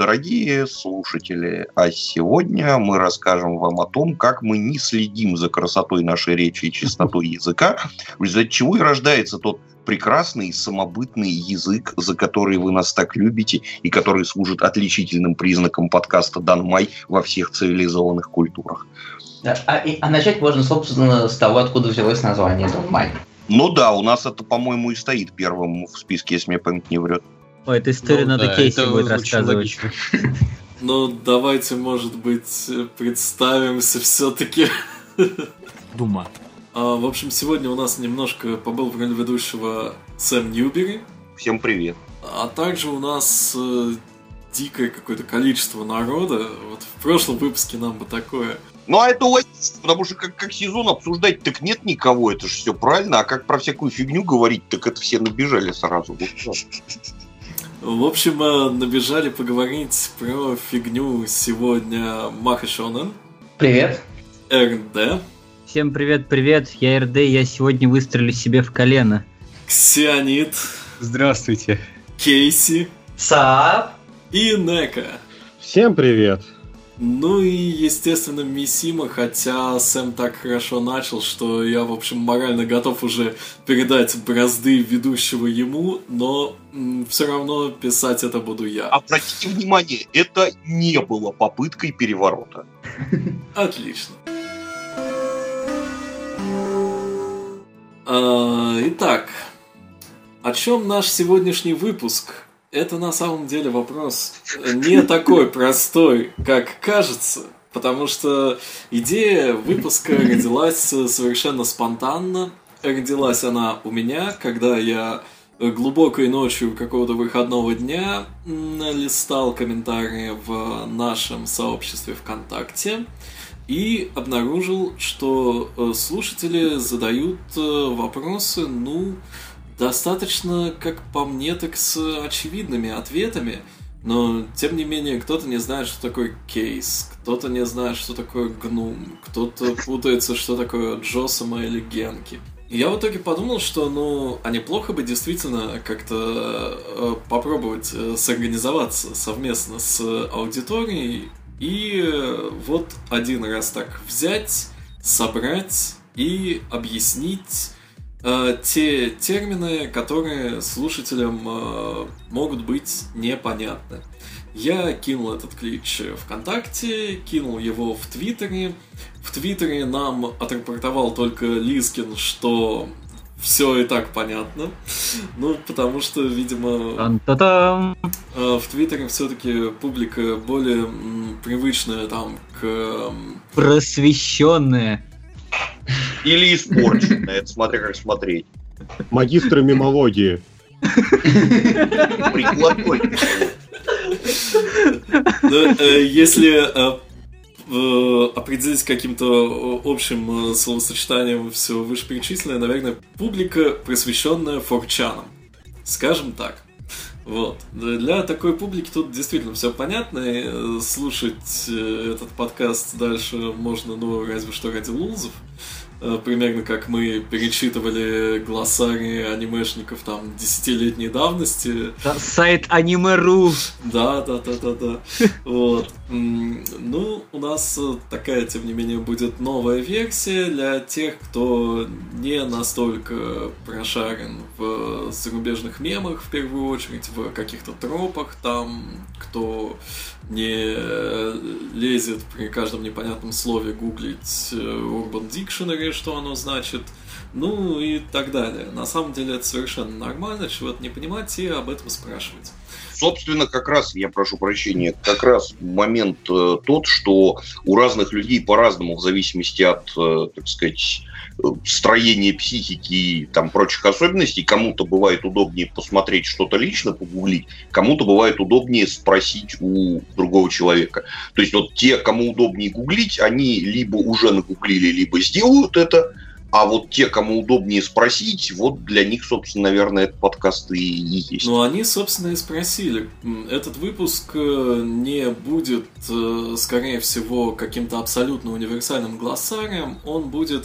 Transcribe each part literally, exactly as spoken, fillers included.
дорогие слушатели! А сегодня мы расскажем вам о том, как мы не следим за красотой нашей речи и чистотой языка, в результате чего и рождается тот прекрасный самобытный язык, за который вы нас так любите и который служит отличительным признаком подкаста «Данмай» во всех цивилизованных культурах. Да, а, и, а начать можно, собственно, с того, откуда взялось название «Данмай». Ну да, у нас это, по-моему, и стоит первым в списке, если мне память не врет. Ой, эта история ну, надо да, Кейси будет рассказывать. Ну, давайте, может быть, представимся все-таки. Дума. А, в общем, сегодня у нас немножко побыл в роли ведущего Сэм Ньюбери. Всем привет. А также у нас э, дикое какое-то количество народа. Вот в прошлом выпуске нам бы такое... Ну, а это логично, потому что как, как сезон обсуждать, так нет никого, это же все правильно. А как про всякую фигню говорить, так это все набежали сразу. В общем, набежали поговорить про фигню сегодня Маха Шонен. Привет. эр-дэ. Всем привет-привет, я эр-дэ, я сегодня выстрелю себе в колено. Ксионид. Здравствуйте. Кейси. Саап. И Нека. Всем привет. Ну и, естественно, Мисима, хотя Сэм так хорошо начал, что я, в общем, морально готов уже передать бразды ведущего ему, но м, все равно писать это буду я. Обратите внимание, это не было попыткой переворота. Отлично. А, итак, о чем наш сегодняшний выпуск? Это на самом деле вопрос не такой простой, как кажется, потому что идея выпуска родилась совершенно спонтанно. Родилась она у меня, когда я глубокой ночью какого-то выходного дня листал комментарии в нашем сообществе ВКонтакте и обнаружил, что слушатели задают вопросы, ну... достаточно, как по мне, так с очевидными ответами, но, тем не менее, кто-то не знает, что такое кейс, кто-то не знает, что такое гнум, кто-то путается, что такое Джосама или Генки. И я в итоге подумал, что, ну, а неплохо бы действительно как-то э, попробовать э, сорганизоваться совместно с аудиторией и э, вот один раз так взять, собрать и объяснить Uh, те термины, которые слушателям uh, могут быть непонятны. Я кинул этот клич ВКонтакте, кинул его в Твиттере. В Твиттере нам отрапортовал только Лискин, что все и так понятно. Ну, потому что, видимо, uh, в Твиттере все-таки публика более м, привычная там к... М... Просвещенная. Или испорченная, это смотря как смотреть. Магистры мемологии. Прикладной. Если определить каким-то общим словосочетанием все вышеперечисленное, наверное, публика, просвещенная форчаном. Скажем так. Вот. Для такой публики тут действительно все понятно, и слушать этот подкаст дальше можно, ну, разве что ради лулзов. Примерно как мы перечитывали глоссарии анимешников там десятилетней давности. Сайт аниме.ру. Да, да, да, да, да. Вот. Ну, у нас такая, тем не менее, будет новая версия для тех, кто не настолько прошарен в зарубежных мемах, в первую очередь, в каких-то тропах, там, кто не лезет при каждом непонятном слове гуглить Urban Dictionary, что оно значит, ну и так далее. На самом деле это совершенно нормально, чего-то не понимать и об этом спрашивать. Собственно, как раз, я прошу прощения, как раз момент э, тот, что у разных людей по-разному, в зависимости от, э, так сказать, строения психики и там прочих особенностей, кому-то бывает удобнее посмотреть что-то лично, погуглить, кому-то бывает удобнее спросить у другого человека. То есть вот те, кому удобнее гуглить, они либо уже нагуглили, либо сделают это. А вот те, кому удобнее спросить, вот для них, собственно, наверное, этот подкаст и есть. Ну, они, собственно, и спросили. Этот выпуск не будет, скорее всего, каким-то абсолютно универсальным глоссарием. Он будет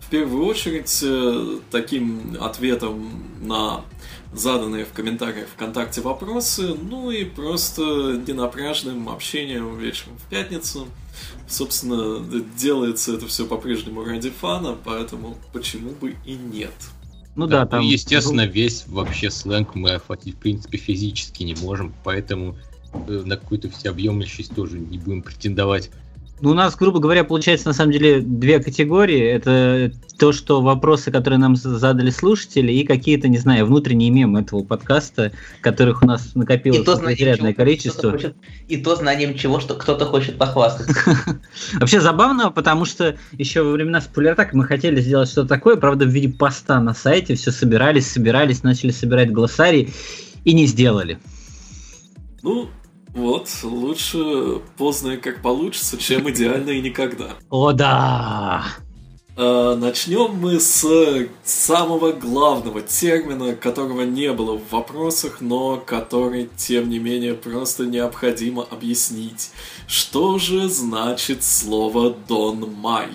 в первую очередь таким ответом на заданные в комментариях ВКонтакте вопросы, ну и просто ненапряжным общением вечером в пятницу. Собственно, делается это все по-прежнему ради фана, поэтому почему бы и нет. Ну да, да там... Ну, естественно, весь вообще сленг мы охватить, в принципе, физически не можем, поэтому на какую-то всеобъемлющесть тоже не будем претендовать. Ну, у нас, грубо говоря, получается, на самом деле, две категории. Это то, что вопросы, которые нам задали слушатели, и какие-то, не знаю, внутренние мемы этого подкаста, которых у нас накопилось изрядное количество. Хочет, и то знанием чего, что кто-то хочет похвастаться. Вообще забавно, потому что еще во времена Спойлертака мы хотели сделать что-то такое, правда, в виде поста на сайте, все собирались, собирались, начали собирать глоссарий и не сделали. Ну... Вот, лучше поздно и как получится, чем идеально и никогда. О, да! А, начнем мы с самого главного термина, которого не было в вопросах, но который, тем не менее, просто необходимо объяснить. Что же значит слово «Дон Май»?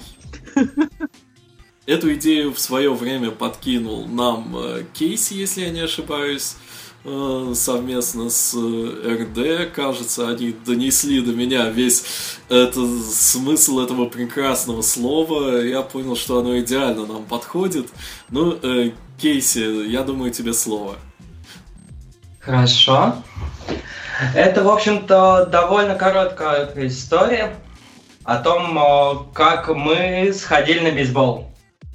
Эту идею в свое время подкинул нам Кейси, если я не ошибаюсь, совместно с эр дэ. Кажется, они донесли до меня весь этот смысл этого прекрасного слова. Я понял, что оно идеально нам подходит. Ну, э, Кейси, я думаю, тебе слово. Хорошо. Это, в общем-то, довольно короткая история о том, как мы сходили на бейсбол.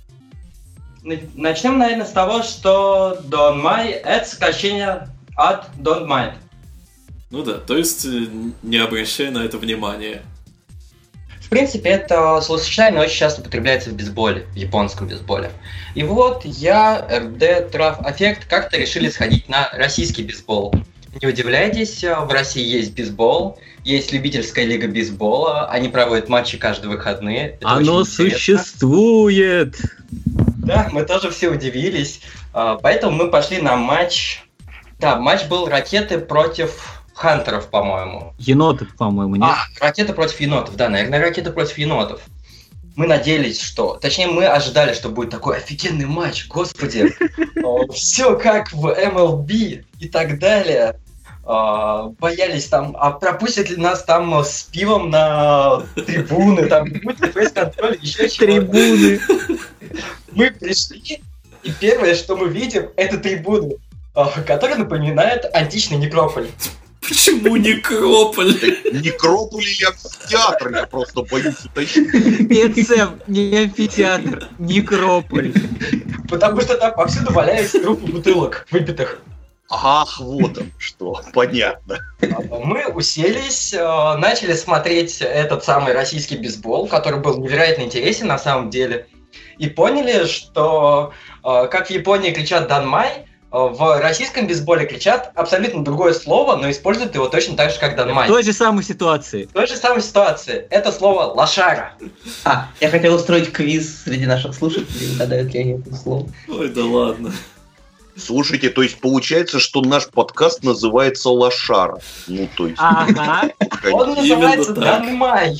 Начнем, наверное, с того, что Don Mai – это сокращение от Don't Mind. Ну да, то есть не обращай на это внимания. В принципе, это словосочетание очень часто употребляется в бейсболе, в японском бейсболе. И вот я, эр дэ, Трав, Аффект как-то решили сходить на российский бейсбол. Не удивляйтесь, в России есть бейсбол, есть любительская лига бейсбола, они проводят матчи каждые выходные. Это оно существует! Да, мы тоже все удивились, поэтому мы пошли на матч. Да, матч был ракеты против хантеров, по-моему. Енотов, по-моему, нет? А, ракеты против енотов, да, наверное, ракеты против енотов. Мы надеялись, что... Точнее, мы ожидали, что будет такой офигенный матч, господи. Все как в эм эл би и так далее. Боялись там, а пропустят ли нас там с пивом на трибуны, там будет ли фейс-контроль, еще чего-то. Трибуны. Мы пришли, и первое, что мы видим, это трибуны, которые напоминают античный некрополь. Почему некрополь? Некрополь или амфитеатр? Я просто боюсь уточнить. Нет, Сэм, не амфитеатр, некрополь. Потому что там повсюду валяются трупы бутылок выпитых. Ах, вот он что, понятно. Мы уселись, начали смотреть этот самый российский бейсбол, который был невероятно интересен на самом деле, и поняли, что как в Японии кричат «Дан Май», в российском бейсболе кричат абсолютно другое слово, но используют его точно так же, как «Дан Май». В той же самой ситуации. В той же самой ситуации. Это слово «лошара». А, я хотел устроить квиз среди наших слушателей, угадают ли они это слово. Ой, да ладно. Слушайте, то есть получается, что наш подкаст называется «Лошара». Ну, то есть... Ага. Он называется «Дан Май».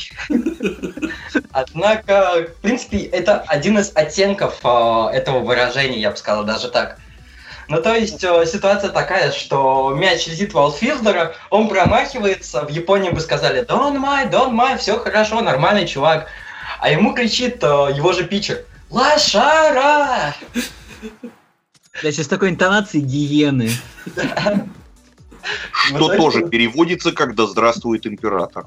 Однако, в принципе, это один из оттенков этого выражения, я бы сказал, даже так. Ну, то есть, ситуация такая, что мяч летит в аутфилдера, он промахивается, в Японии бы сказали «Дон Май, Дон Май, все хорошо, нормальный чувак». А ему кричит его же питчер «Лошара!» Да, сейчас такой интонации гиены. Что тоже переводится, когда «Здравствует император».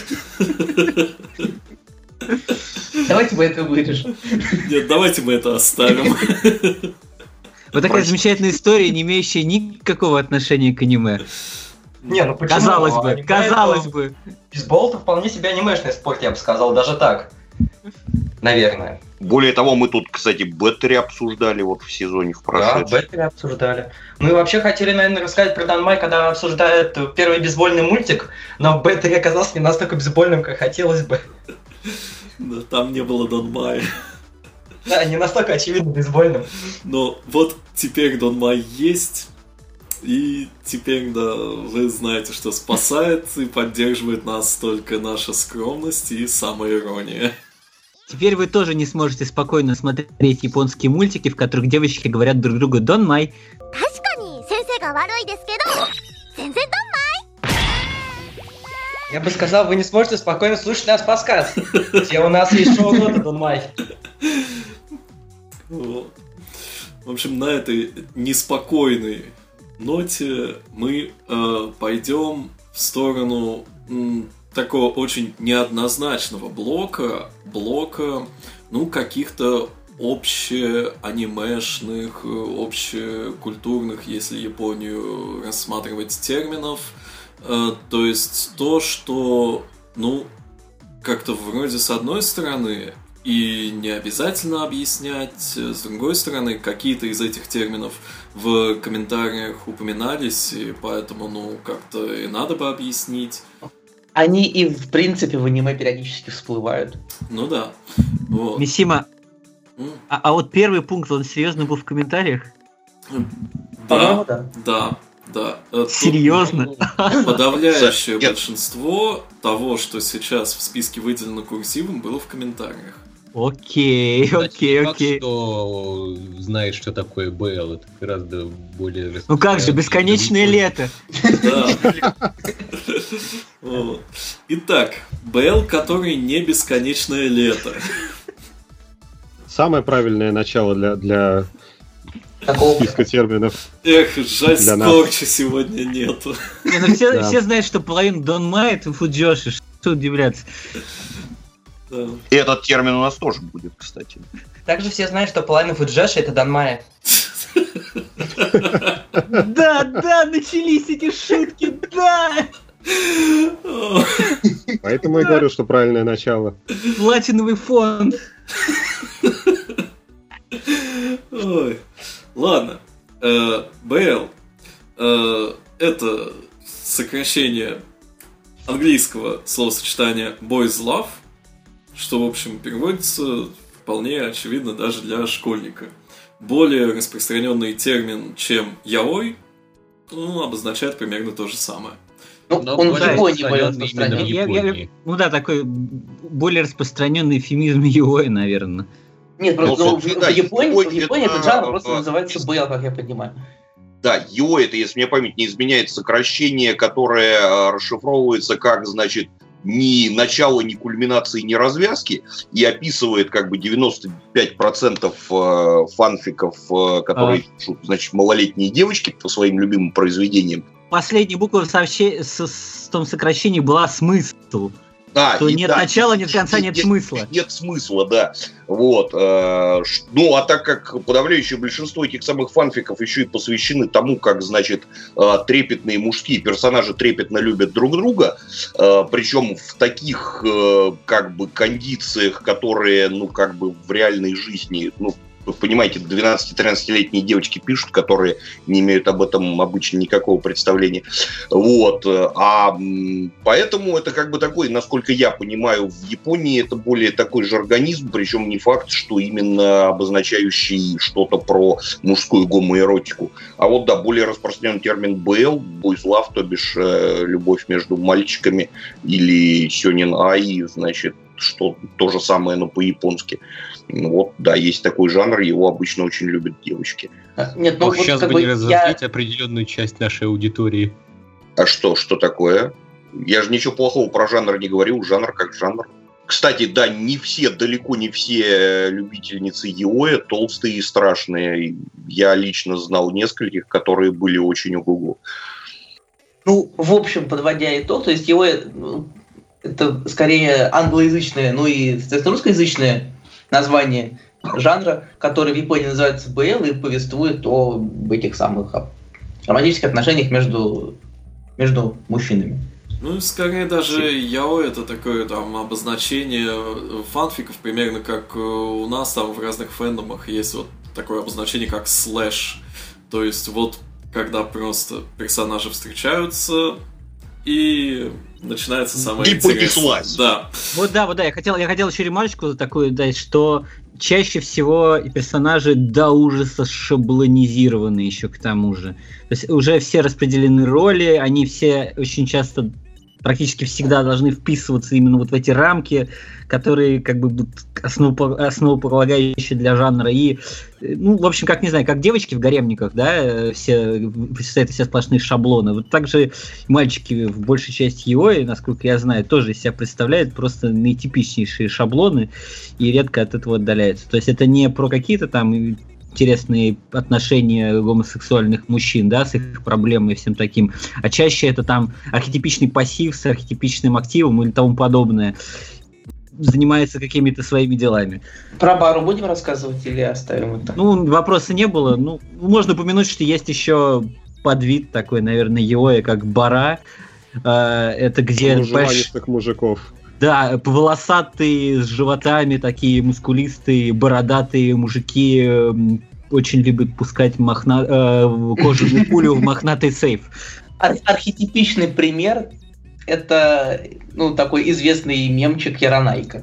Давайте мы это вырежем. Нет, давайте мы это оставим. Вот такая замечательная история, не имеющая никакого отношения к аниме. Не, ну почему? Казалось бы, казалось бы. Бейсбол-то вполне себе анимешный спорт, я бы сказал, даже так. Наверное. Более того, мы тут, кстати, Беттери обсуждали вот в сезоне в прошедшем. Да, Беттери обсуждали. Мы вообще хотели, наверное, рассказать про Дан Май, когда обсуждают первый бейсбольный мультик, но Беттери оказался не настолько бейсбольным, как хотелось бы. Да, там не было Дон Май. Да, не настолько очевидно бейсбольным. Но вот теперь Дон Май есть, и теперь, да, вы знаете, что спасает и поддерживает нас только наша скромность и самоирония. Теперь вы тоже не сможете спокойно смотреть японские мультики, в которых девочки говорят друг другу «Дон май». Я бы сказал, вы не сможете спокойно слушать наш подкаст, где у нас есть шоу-ноты, Дон Май. В общем, на этой неспокойной ноте мы э, пойдем в сторону м, такого очень неоднозначного блока, блока, ну, каких-то общеанимешных, общекультурных, если Японию рассматривать, терминов. Э, то есть то, что, ну, как-то вроде с одной стороны и не обязательно объяснять, с другой стороны, какие-то из этих терминов в комментариях упоминались, и поэтому, ну, как-то и надо бы объяснить. Они и, в принципе, в аниме периодически всплывают. Ну да. Вот. Мисима, mm. а, а вот первый пункт, он серьезно был в комментариях? Да, да, да. Да. Серьезно? Подавляющее большинство того, что сейчас в списке выделено курсивом, было в комментариях. Окей, окей, окей. Кто знает, что такое БЛ, это гораздо более... Ну как же, бесконечное лето. Да. Итак, БЛ, который не бесконечное лето. Самое правильное начало для... для... списка терминов. Эх, жаль, Скорча сегодня нету. Не, ну все, да. все знают, что половину Дон Май это Фуджоши. Что удивляться? Да. И этот термин у нас тоже будет, кстати. Также все знают, что половина Фуджоши это Дон Май. Да, да, начались эти шутки, да! Поэтому я говорю, что правильное начало. Платиновый фонд. Ой. Ладно, э, БЛ э, это сокращение английского словосочетания Boys Love, что, в общем, переводится вполне очевидно даже для школьника. Более распространенный термин, чем яой, ну, обозначает примерно то же самое. Ну, Но он в Японии более распространен. Я, я, ну да, такой более распространенный эфемизм яой, наверное. Нет, просто ну, в, да, в Японии, в Японии это, этот жанр просто называется БЛ, как я понимаю. Да, яой это, если мне память не изменяет, сокращение, которое расшифровывается как, значит, ни начало, ни кульминации, ни развязки, и описывает как бы девяносто пять процентов фанфиков, которые а. пишут, значит, малолетние девочки по своим любимым произведениям. Последняя буква в, сообще... с, в том сокращении была смысл. А, что нет да, начала, нет конца, нет, нет смысла. Нет, нет смысла, да. Вот. Э, ну, а так как подавляющее большинство этих самых фанфиков еще и посвящены тому, как, значит, э, трепетные мужские персонажи трепетно любят друг друга, э, причем в таких, э, как бы, кондициях, которые, ну, как бы, в реальной жизни, ну, вы понимаете, двенадцати-тринадцатилетние девочки пишут, которые не имеют об этом обычно никакого представления. Вот. А поэтому это как бы такой, насколько я понимаю, в Японии это более такой жаргонизм, причем не факт, что именно обозначающий что-то про мужскую гомоэротику. А вот, да, более распространенный термин БЛ, boys love, то бишь э, любовь между мальчиками, или сёнэн ай, значит, что то же самое, но по-японски. Вот, да, есть такой жанр, его обычно очень любят девочки. Нет, ну, вот сейчас бы не разозлить я... определенную часть нашей аудитории. А что, что такое? Я же ничего плохого про жанр не говорил, жанр как жанр. Кстати, да, не все, далеко не все любительницы яоя толстые и страшные. Я лично знал нескольких, которые были очень ого-го. Ну, в общем, подводя итог, то есть яоя... Это скорее англоязычное, ну и, соответственно, русскоязычное название жанра, который в Японии называется БЛ и повествует об этих самых романтических отношениях между, между мужчинами. Ну, скорее даже яой это такое там обозначение фанфиков, примерно как у нас там в разных фэндомах есть вот такое обозначение как слэш. То есть вот когда просто персонажи встречаются и начинается самое и интересное. Да. Вот да, вот да, я хотел, я хотел еще ремарочку такую дать, что чаще всего персонажи до ужаса шаблонизированы еще к тому же. То есть уже все распределены роли, они все очень часто практически всегда должны вписываться именно вот в эти рамки, которые как бы основополагающие для жанра. И, ну, в общем, как, не знаю, как девочки в гаремниках, да, все, все это все сплошные шаблоны. Вот так же мальчики в большей части яой, насколько я знаю, тоже из себя представляют просто наитипичнейшие шаблоны и редко от этого отдаляются. То есть это не про какие-то там интересные отношения гомосексуальных мужчин, да, с их проблемами и всем таким, а чаще это там архетипичный пассив с архетипичным активом или тому подобное, занимается какими-то своими делами. Про бару будем рассказывать или оставим это? Ну, вопроса не было. Ну, можно упомянуть, что есть еще подвид такой, наверное, яой, как бара. Это где... Мужеванистых мужиков. Да, волосатые, с животами, такие мускулистые, бородатые мужики очень любят пускать мохна... э, кожаную пулю в мохнатый сейф. Ар- архетипичный пример – это, ну, такой известный мемчик Яранайка.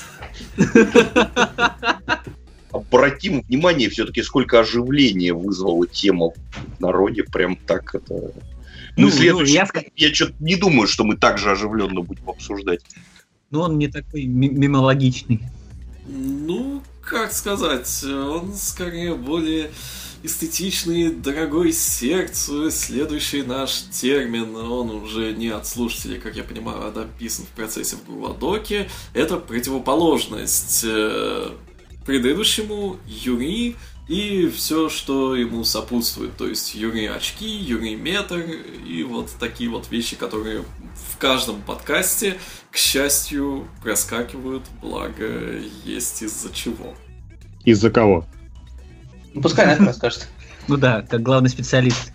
Обратим внимание все-таки, сколько оживления вызвала тема в народе. Прям так это... Ну, ну, следующий... ну, я... я что-то не думаю, что мы так же оживленно будем обсуждать. Ну, он не такой мемологичный. Ну, как сказать, он скорее более эстетичный, дорогой сердцу. Следующий наш термин, он уже не от слушателей, как я понимаю, а написан в процессе в Гуладоке. Это противоположность предыдущему Юри и все, что ему сопутствует. То есть Юри очки, Юри метр и вот такие вот вещи, которые в каждом подкасте, к счастью, проскакивают, благо есть из-за чего. Из-за кого? Ну, пускай Настя расскажет. Ну да, как главный специалист.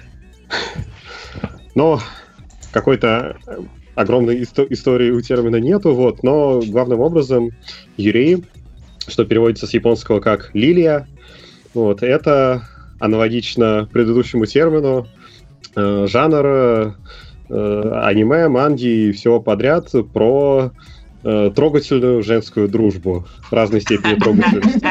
Но какой-то огромной исто- истории у термина нету, вот, но главным образом Юрий, что переводится с японского как «лилия», вот, это аналогично предыдущему термину э, жанр э, аниме, манги и всего подряд про э, трогательную женскую дружбу в разной степени трогательности.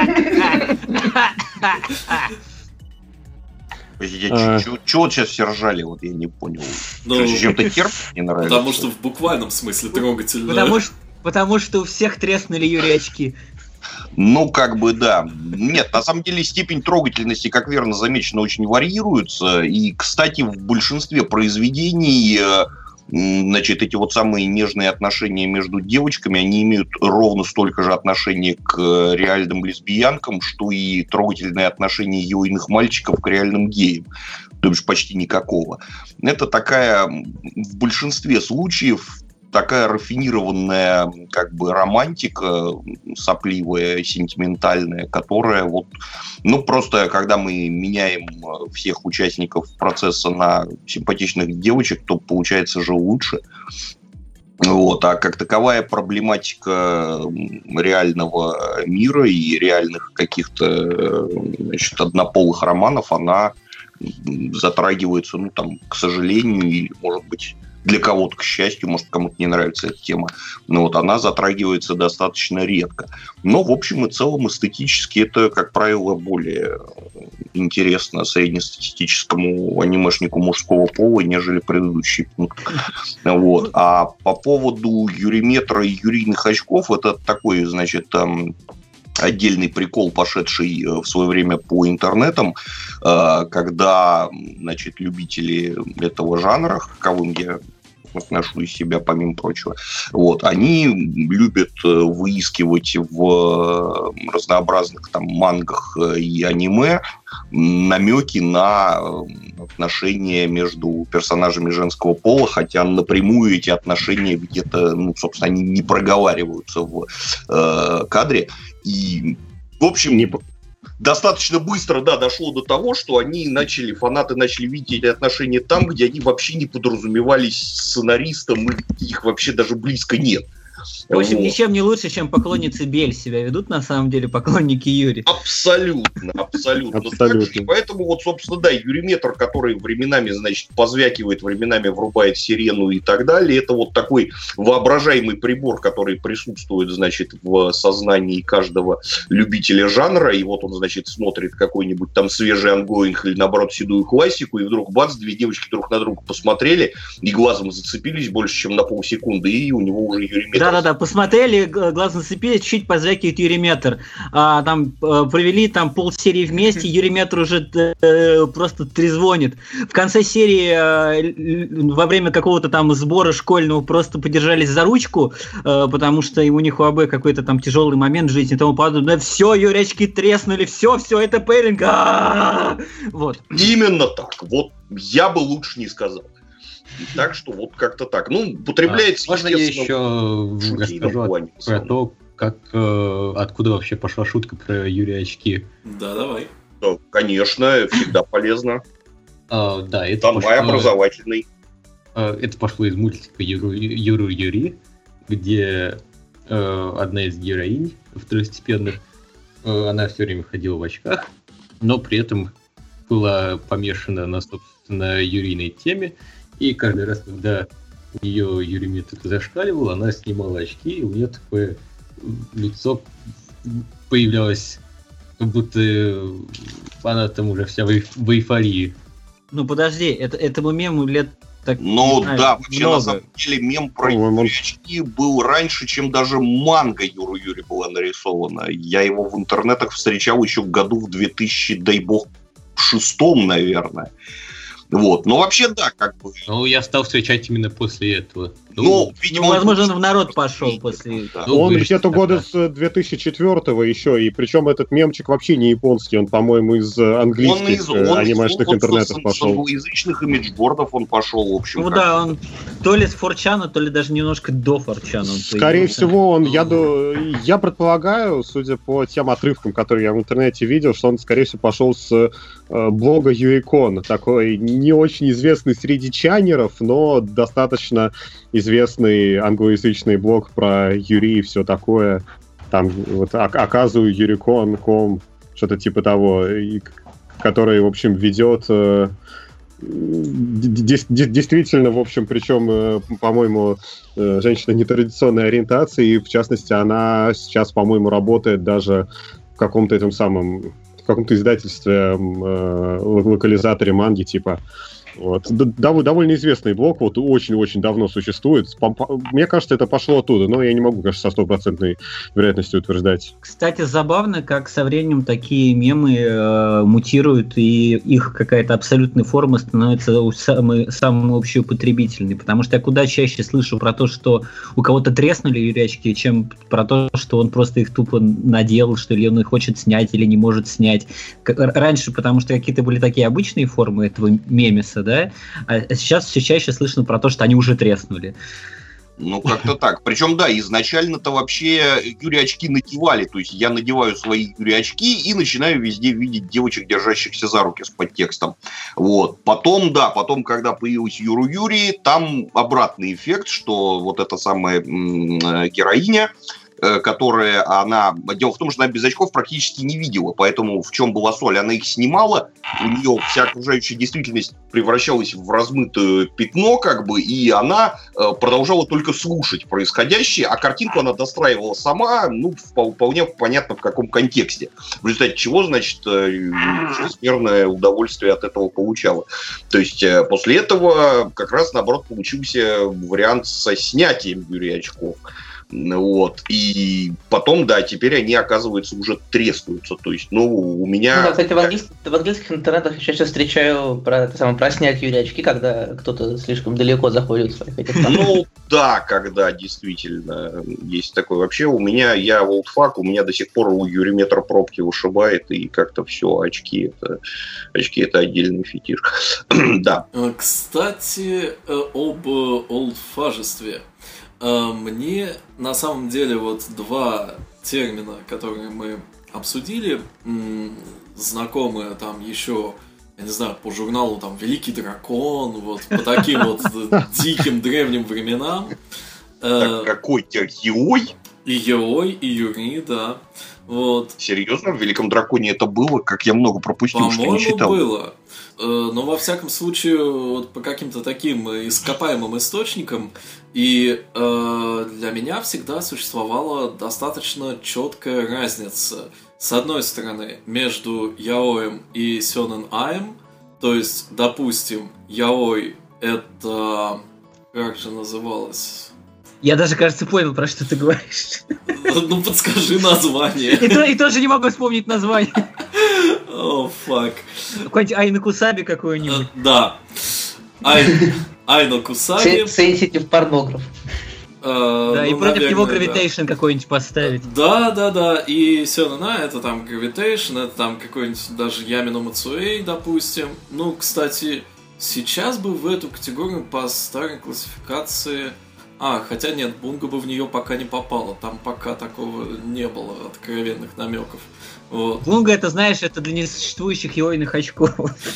А... Чего вот сейчас все ржали, вот я не понял. Ну, чем-то термин не нравится? Потому что в буквальном смысле трогательно. Потому что, потому что у всех треснули Юрий очки. Ну, как бы, да. Нет, на самом деле степень трогательности, как верно замечено, очень варьируется. И, кстати, в большинстве произведений, значит, эти вот самые нежные отношения между девочками, они имеют ровно столько же отношения к реальным лесбиянкам, что и трогательные отношения яойных мальчиков к реальным геям. То есть почти никакого. Это такая, в большинстве случаев, такая рафинированная как бы романтика, сопливая, сентиментальная, которая вот, ну просто когда мы меняем всех участников процесса на симпатичных девочек, то получается же лучше. Вот. А как таковая проблематика реального мира и реальных каких-то, значит, однополых романов, она затрагивается, ну там, к сожалению, или, может быть, для кого-то, к счастью, может, кому-то не нравится эта тема, но вот она затрагивается достаточно редко. Но, в общем и целом, эстетически это, как правило, более интересно среднестатистическому анимешнику мужского пола, нежели предыдущий пункт. Вот. А по поводу юриметра и юрийных очков, это такой, значит, там... отдельный прикол, пошедший в свое время по интернетам, когда, значит, любители этого жанра, к каковым я отношу из себя, помимо прочего, вот, они любят выискивать в разнообразных там мангах и аниме намеки на отношения между персонажами женского пола, хотя напрямую эти отношения где-то, ну, собственно, они не проговариваются в э, кадре. И, в общем, не... достаточно быстро, да, дошло до того, что они начали, фанаты начали видеть эти отношения там, где они вообще не подразумевались сценаристом, и их вообще даже близко нет. В общем, вот. Ничем не лучше, чем поклонницы Бель себя ведут, на самом деле, поклонники Юри. Абсолютно, абсолютно. абсолютно. И поэтому, вот, собственно, да, Юриметр, который временами, значит, позвякивает, временами врубает сирену и так далее, это вот такой воображаемый прибор, который присутствует, значит, в сознании каждого любителя жанра, и вот он, значит, смотрит какой-нибудь там свежий ангоинг или, наоборот, седую классику, и вдруг, бац, две девочки друг на друга посмотрели и глазом зацепились больше, чем на полсекунды, и у него уже Юриметр. Да-да-да, посмотрели, глаз зацепились, чуть позвякивает Юриметр. А, там провели там полсерии вместе, Юриметр уже э, просто трезвонит. В конце серии э, во время какого-то там сбора школьного просто подержались за ручку, э, потому что у них у АБ какой-то там тяжелый момент в жизни и тому подобное. Все, Юрячки треснули, все, все, это пейлинг. Вот. Именно так. Вот я бы лучше не сказал. Так что вот как-то так. Ну, употребляется, а, можно я еще расскажу про то, как, э, откуда вообще пошла шутка про Юрия Очки? Да, давай. Да, конечно, всегда полезно. А, да, это Там пошло, образовательный. А, это пошло из мультика Юру, Юру Юри, где э, одна из героинь второстепенных, э, она все время ходила в очках, но при этом была помешана на, собственно, юрийной теме. И каждый раз, когда у нее Юриметр зашкаливал, она снимала очки, и у нее такое лицо появлялось, как будто она там уже вся в эйфории. Ну подожди, это, этому мему лет так... Ну знаю, да, вообще много. На самом деле мем про Юрия очки был раньше, чем даже манга Юру Юри была нарисована. Я его в интернетах встречал еще в году в две тысячи, дай бог, шестом, наверное. Вот, но вообще да, как бы. Ну, я стал встречать именно после этого. Ну, ну видимо, ну, возможно, он в народ пошел после. Да. Ну, он где-то года с две тысячи четвёртого еще, и причем этот мемчик вообще не японский, он, по-моему, из английских он из, он анимешных из, интернетов он, пошел. С англоязычных имиджбордов он пошел, в общем. Ну да, он то ли с форчана, то ли даже немножко до форчана. Скорее всего, он, я, я предполагаю, судя по тем отрывкам, которые я в интернете видел, что он, скорее всего, пошел с э, блога Юикон, такой не очень известный среди чайнеров, но достаточно известный англоязычный блог про Юри и все такое. Там вот оказываю Юрикон точка ком, что-то типа того, и, который, в общем, ведет э, действительно, в общем, причем, э, по-моему, э, женщина нетрадиционной ориентации, и, в частности, она сейчас, по-моему, работает даже в каком-то этом самом, в каком-то издательстве, э, локализаторе манги, типа. Вот. Дов- довольно известный блог, вот очень-очень давно существует. Мне кажется, это пошло оттуда, но я не могу, конечно, со стопроцентной вероятностью утверждать. Кстати, забавно, как со временем такие мемы э, мутируют, и их какая-то абсолютная форма становится самой, самой общеупотребительной. Потому что я куда чаще слышу про то, что у кого-то треснули юрячки, чем про то, что он просто их тупо наделал, что ли он их хочет снять или не может снять. Раньше, потому что какие-то были такие обычные формы этого мемеса, да, а сейчас все чаще слышно про то, что они уже треснули. Ну, как-то так. Причем, да, изначально-то вообще Юри очки надевали. То есть я надеваю свои Юри очки и начинаю везде видеть девочек, держащихся за руки с подтекстом. Вот. Потом, да, потом, когда появилась Юру Юри, там обратный эффект, что вот эта самая м- героиня, которая она... Дело в том, что она без очков практически не видела, поэтому в чем была соль? Она их снимала, у нее вся окружающая действительность превращалась в размытое пятно, как бы, и она продолжала только слушать происходящее, а картинку она достраивала сама, ну, вполне понятно в каком контексте. В результате чего, значит, чрезмерное удовольствие от этого получала. То есть после этого как раз, наоборот, получился вариант со снятием Юрия очков. Вот. И потом, да, теперь они, оказывается, уже трескаются. То есть, ну, у меня... Ну, да, кстати, в, английских, в английских интернетах я чаще встречаю про это самое, про снять Юрия очки, когда кто-то слишком далеко заходит в своих этих... Ну, да, когда действительно есть такое. Вообще, у меня, я олдфак, у меня до сих пор у Юриметра пробки вышибает, и как-то все, очки это, очки это отдельный фетиш. Да. Кстати, об олдфажестве. Мне на самом деле вот два термина, которые мы обсудили, знакомы там еще, я не знаю, по журналу там «Великий дракон», вот по таким вот диким древним временам. Так какой-то Яой? И Яой, и Юри, да. Вот. Серьезно? В Великом Драконе это было? Как я много пропустил, что не читал. По-моему, было. Но во всяком случае, вот по каким-то таким ископаемым источникам, и э, для меня всегда существовала достаточно четкая разница. С одной стороны, между Яоем и Сёнэн Аем, то есть, допустим, Яой это... Как же называлось? Я даже, кажется, понял, про что ты говоришь. Ну, подскажи название. И, то, и тоже не могу вспомнить название. О, фак. Какой-нибудь Айна Кусаби какой-нибудь. Да. Айна Кусаби. Sensitive порнограф. Да, и против него Gravitation какой-нибудь поставить. Да, да, да. И Сёнэн Ай это там Gravitation, это там какой-нибудь даже Ямино Мацуэй, допустим. Ну, кстати, сейчас бы в эту категорию по старой классификации... А, хотя нет, Бунга бы в нее пока не попала. Там пока такого не было откровенных намеков. Вот. Бунга, это, знаешь, это для несуществующих яойных очков.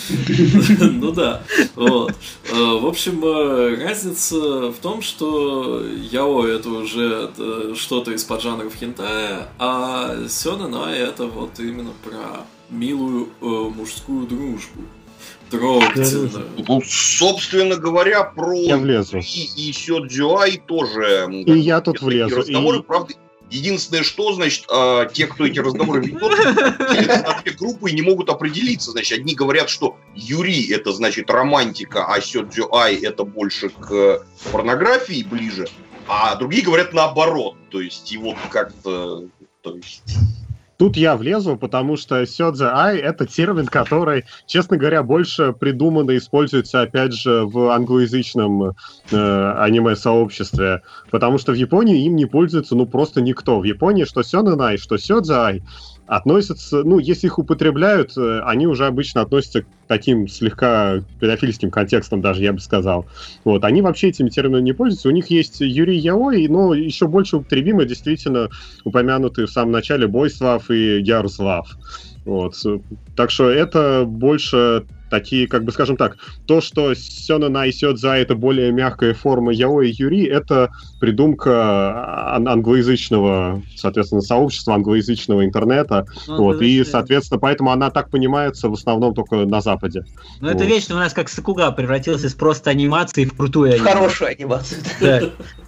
Ну да. Вот. В общем, разница в том, что яой это уже что-то из поджанров хентая, а сёнэн ай это вот именно про милую мужскую дружбу. Трогательно. Ну, собственно говоря, про я влезу. И, и Сёдзюай тоже. И я тут влезу. Разговоры, и... правда, единственное, что, значит, э, те, кто эти разговоры ведут, на две группы не могут определиться. Значит, одни говорят, что Юри это, значит, романтика, а Сёдзюай это больше к порнографии ближе, а другие говорят наоборот. То есть, и вот как-то... То есть... Тут я влезу, потому что сёдзе-ай — это термин, который, честно говоря, больше придуманно используется, опять же, в англоязычном э, аниме-сообществе, потому что в Японии им не пользуется, ну, просто никто. В Японии что сёнэн-ай, что сёдзе-ай относятся, ну, если их употребляют, они уже обычно относятся к таким слегка педофильским контекстам даже, я бы сказал. Вот, они вообще этими терминами не пользуются. У них есть Юри Яой, но еще больше употребимы действительно упомянутые в самом начале Boys Love и Girls Love. Вот. Так что это больше такие, как бы, скажем так, то, что сёнэн-ай и сёдзе-ай — это более мягкая форма яой и юри, это придумка ан- англоязычного, соответственно, сообщества, англоязычного интернета. Ну, вот, и, соответственно, поэтому она так понимается в основном только на Западе. Ну, вот. Это вечно у нас как Сакуга превратился из просто анимации в крутую анимацию. Хорошую анимацию. Да.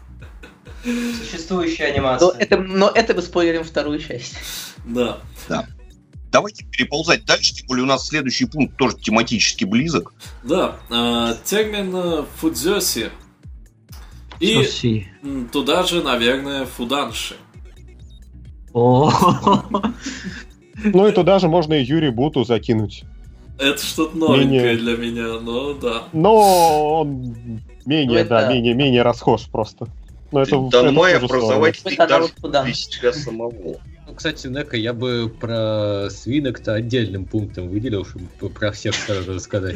Существующая анимация. Но это, но это мы спойлерим вторую часть. Да. Да. Давайте переползать дальше, тем более у нас следующий пункт тоже тематически близок. Да, э, термин фудзёси. И Фудзёси. Туда же, наверное, фуданши. О. Ну и туда же можно и Юри Буту закинуть. Это что-то новенькое для меня, но да. Но он менее, ну, да, это... менее, менее расхож просто. Но это, Данмай это образовательный даже для себя самого. Ну, кстати, Нека, я бы про свинок-то отдельным пунктом выделил, чтобы про всех сразу рассказать.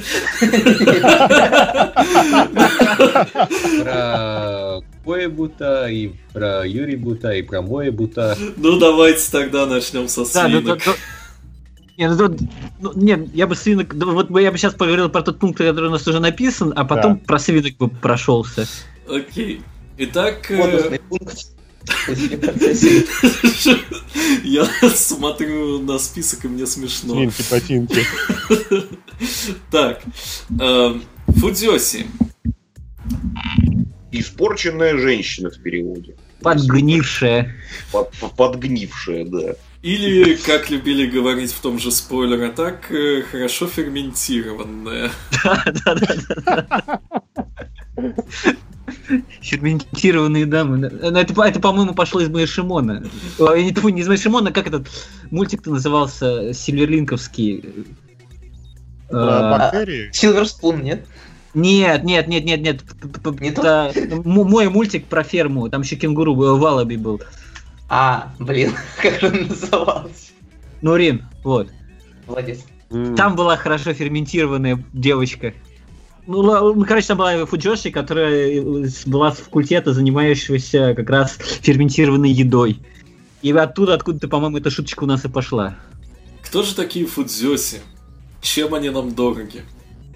Про Кое Бута, и про Юри Бута, и про Мое Бута. Ну, давайте тогда начнем со свинок. Нет, ну, ну, нет, я бы свинок... Вот я бы сейчас поговорил про тот пункт, который у нас уже написан, а потом да. про свинок бы прошелся. Окей. Итак... Бонусный пункт. Я смотрю на список, и мне смешно. Свинки-ботинки. Так. Фудзёси. Испорченная женщина в переводе. Подгнившая. Под, подгнившая, да. Или, как любили говорить в том же спойлере, так хорошо ферментированная. Да-да-да. Ферментированные дамы. Это, это, по-моему, пошло из Моэшимона. Не, не из Моэшимона, как этот мультик-то назывался, Сильверлинковский. Бактерии? Силверспун, нет? Нет, нет, нет, нет, нет. Не это мой мультик про ферму. Там еще кенгуру был, Валаби был. А, блин, как же он назывался? Нурин, вот. Молодец. Там была хорошо ферментированная девочка. Ну, короче, там была фуджоши, которая была с факультета, занимающегося как раз ферментированной едой. И оттуда, откуда-то, по-моему, эта шуточка у нас и пошла. Кто же такие фудзёси? Чем они нам дороги?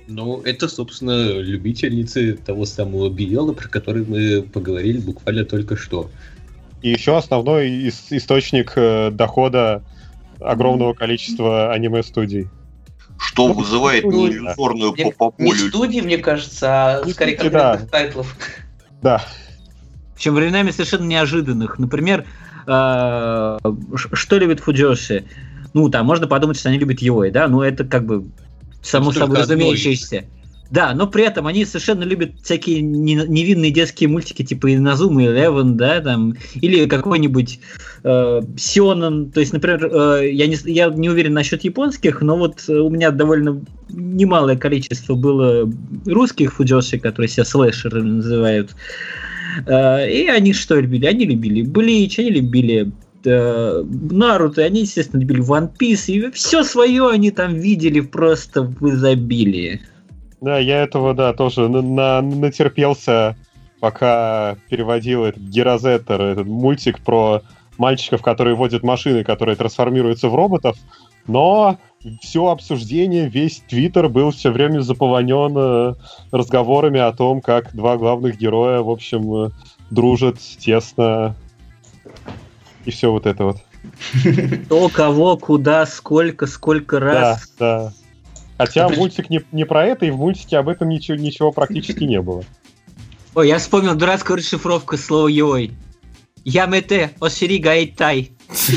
Ну, это, собственно, любительницы того самого би эл, про который мы поговорили буквально только что. И еще основной ис- источник э, дохода огромного количества аниме-студий. Что вызывает Ну, неиллюзорную Не, не популю. студии, мне кажется, а Не скорее студии, конкретных да. тайтлов. Да. Причем временами совершенно неожиданных. Например, э, ш- что любит Фуджоши? Ну, там можно подумать, что они любят Йои, да? Ну, это как бы само Это собой только одно разумеющееся. Да, но при этом они совершенно любят всякие не- невинные детские мультики типа Иназумы Eleven, да, там, или какой-нибудь э, Сёнэн. То есть, например, э, я, не, я не уверен насчет японских, но вот э, у меня довольно немалое количество было русских фуджоши, которые себя слэшеры называют. Э, и они что любили? Они любили Блич, они любили э, Наруто, они, естественно, любили One Piece, и все свое они там видели просто в изобилии. Да, я этого, да, тоже на- на- натерпелся, пока переводил этот Герозеттер, этот мультик про мальчиков, которые водят машины, которые трансформируются в роботов, но все обсуждение, весь Твиттер был все время заполонен э, разговорами о том, как два главных героя, в общем, э, дружат тесно, и все вот это вот. Кто, кого, куда, сколько, сколько раз. Да, да. Хотя мультик не, не про это, и в мультике об этом ничего, ничего практически не было. Ой, я вспомнил дурацкую расшифровку слова «йой». Ямете осири гаэтай.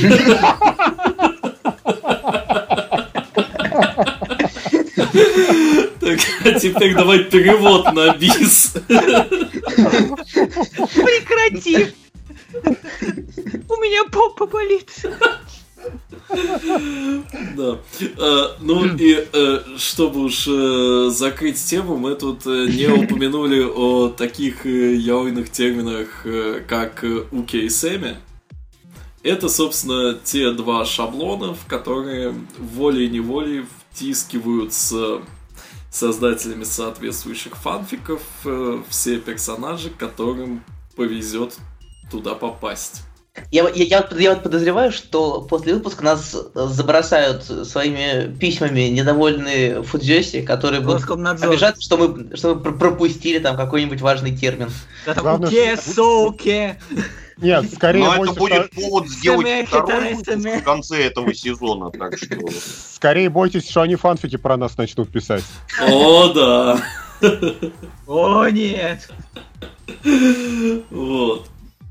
Так, а теперь давай перевод на бис. Прекрати! У меня попа болит. Да. Э, ну и э, чтобы уж э, закрыть тему, мы тут э, не упомянули о таких э, яойных терминах, э, как э, уки и семи. Это, собственно, те два шаблона, в которые волей-неволей втискиваются создателями соответствующих фанфиков э, все персонажи, которым повезет туда попасть. Я, я, я, вот- я вот подозреваю, что после выпуска нас э, забросают своими письмами недовольные фуджоси, которые будут Роскомнадзор. обижаться, что мы, что мы пр- пропустили там какой-нибудь важный термин. Да там Главное, уке, что- соуке. Нет, скорее Но это бойся, будет что, повод сделать Сэмэ, второй хитарэ, выпуск сэмэ. в конце этого сезона, так что... скорее бойтесь, что они фанфики про нас начнут писать. О, да! О, нет. Вот.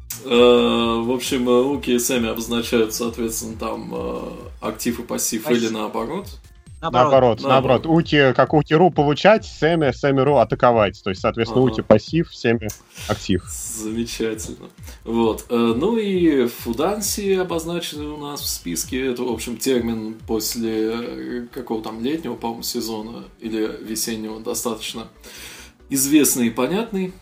Э, В общем, э, уки и семи обозначают, соответственно, там э, актив и пассив Пассив. или наоборот. Наоборот, наоборот. наоборот. Ути, как ути.ру получать, Сэми, Сэми.ру атаковать. То есть, соответственно, Ага. ути пассив, Сэми актив. Замечательно. Вот. Э, Ну и фуданси обозначены у нас в списке. Это, в общем, термин после э, какого там летнего, по-моему, сезона или весеннего достаточно известный и понятный.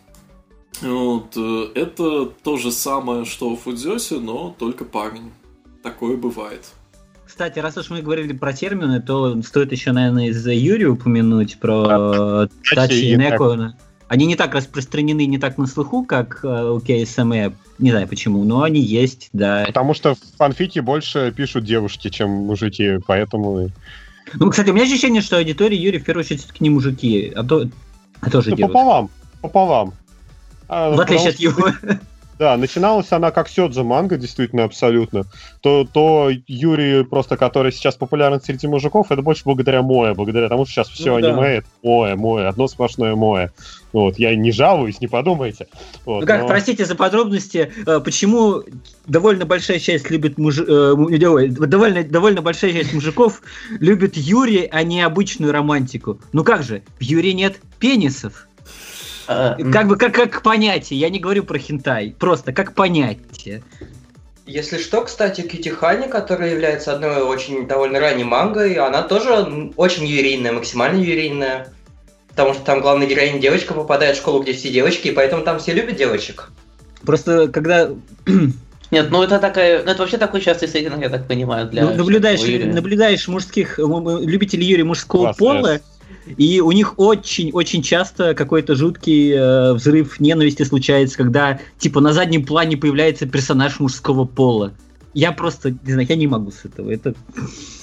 Вот. э, Это то же самое, что в фудзёсе, но только парень. Такое бывает. Кстати, раз уж мы говорили про термины, то стоит еще, наверное, из Юри упомянуть про э, Тачи и и Неко. Они не так распространены, не так на слуху, как э, у кей эс эм и. Не знаю почему, но они есть, да. Потому что в фанфике больше пишут девушки, чем мужики, поэтому... Ну, кстати, у меня ощущение, что аудитория Юри в первую очередь все-таки не мужики, а, то, а тоже Ну, девушки. пополам, пополам. А, В отличие от потому его. что, Да, начиналась она как сёдзо манга, действительно, абсолютно. То, то Юрий, просто который сейчас популярен среди мужиков, это больше благодаря Моэ, благодаря тому, что сейчас все Ну да. аниме это Моэ, Моэ, одно сплошное Моэ. Вот, я не жалуюсь, не подумайте. Вот, Ну как, но- простите за подробности, э, почему довольно большая часть любит муж... э, му- не, ой, довольно, довольно большая часть мужиков любит Юри, а не обычную романтику. Ну как же, в Юри нет пенисов. А, Как бы как, как понятие, я не говорю про хентай, просто как понятие. Если что, кстати, Кьюти Хани, которая является одной очень довольно ранней мангой, она тоже м, очень юрийная, максимально юрийная. Потому что там главная героиня девочка попадает в школу, где все девочки, и поэтому там все любят девочек. Просто когда Нет, ну это такая, ну это вообще такой частый сеттинг, я так понимаю, для ну, наблюдаешь, всякого Юрия. наблюдаешь мужских, м- м- любителей Юри мужского Класс, пола, yes. и у них очень-очень часто какой-то жуткий э, взрыв ненависти случается, когда типа на заднем плане появляется персонаж мужского пола. Я просто, не знаю, я не могу с этого. Это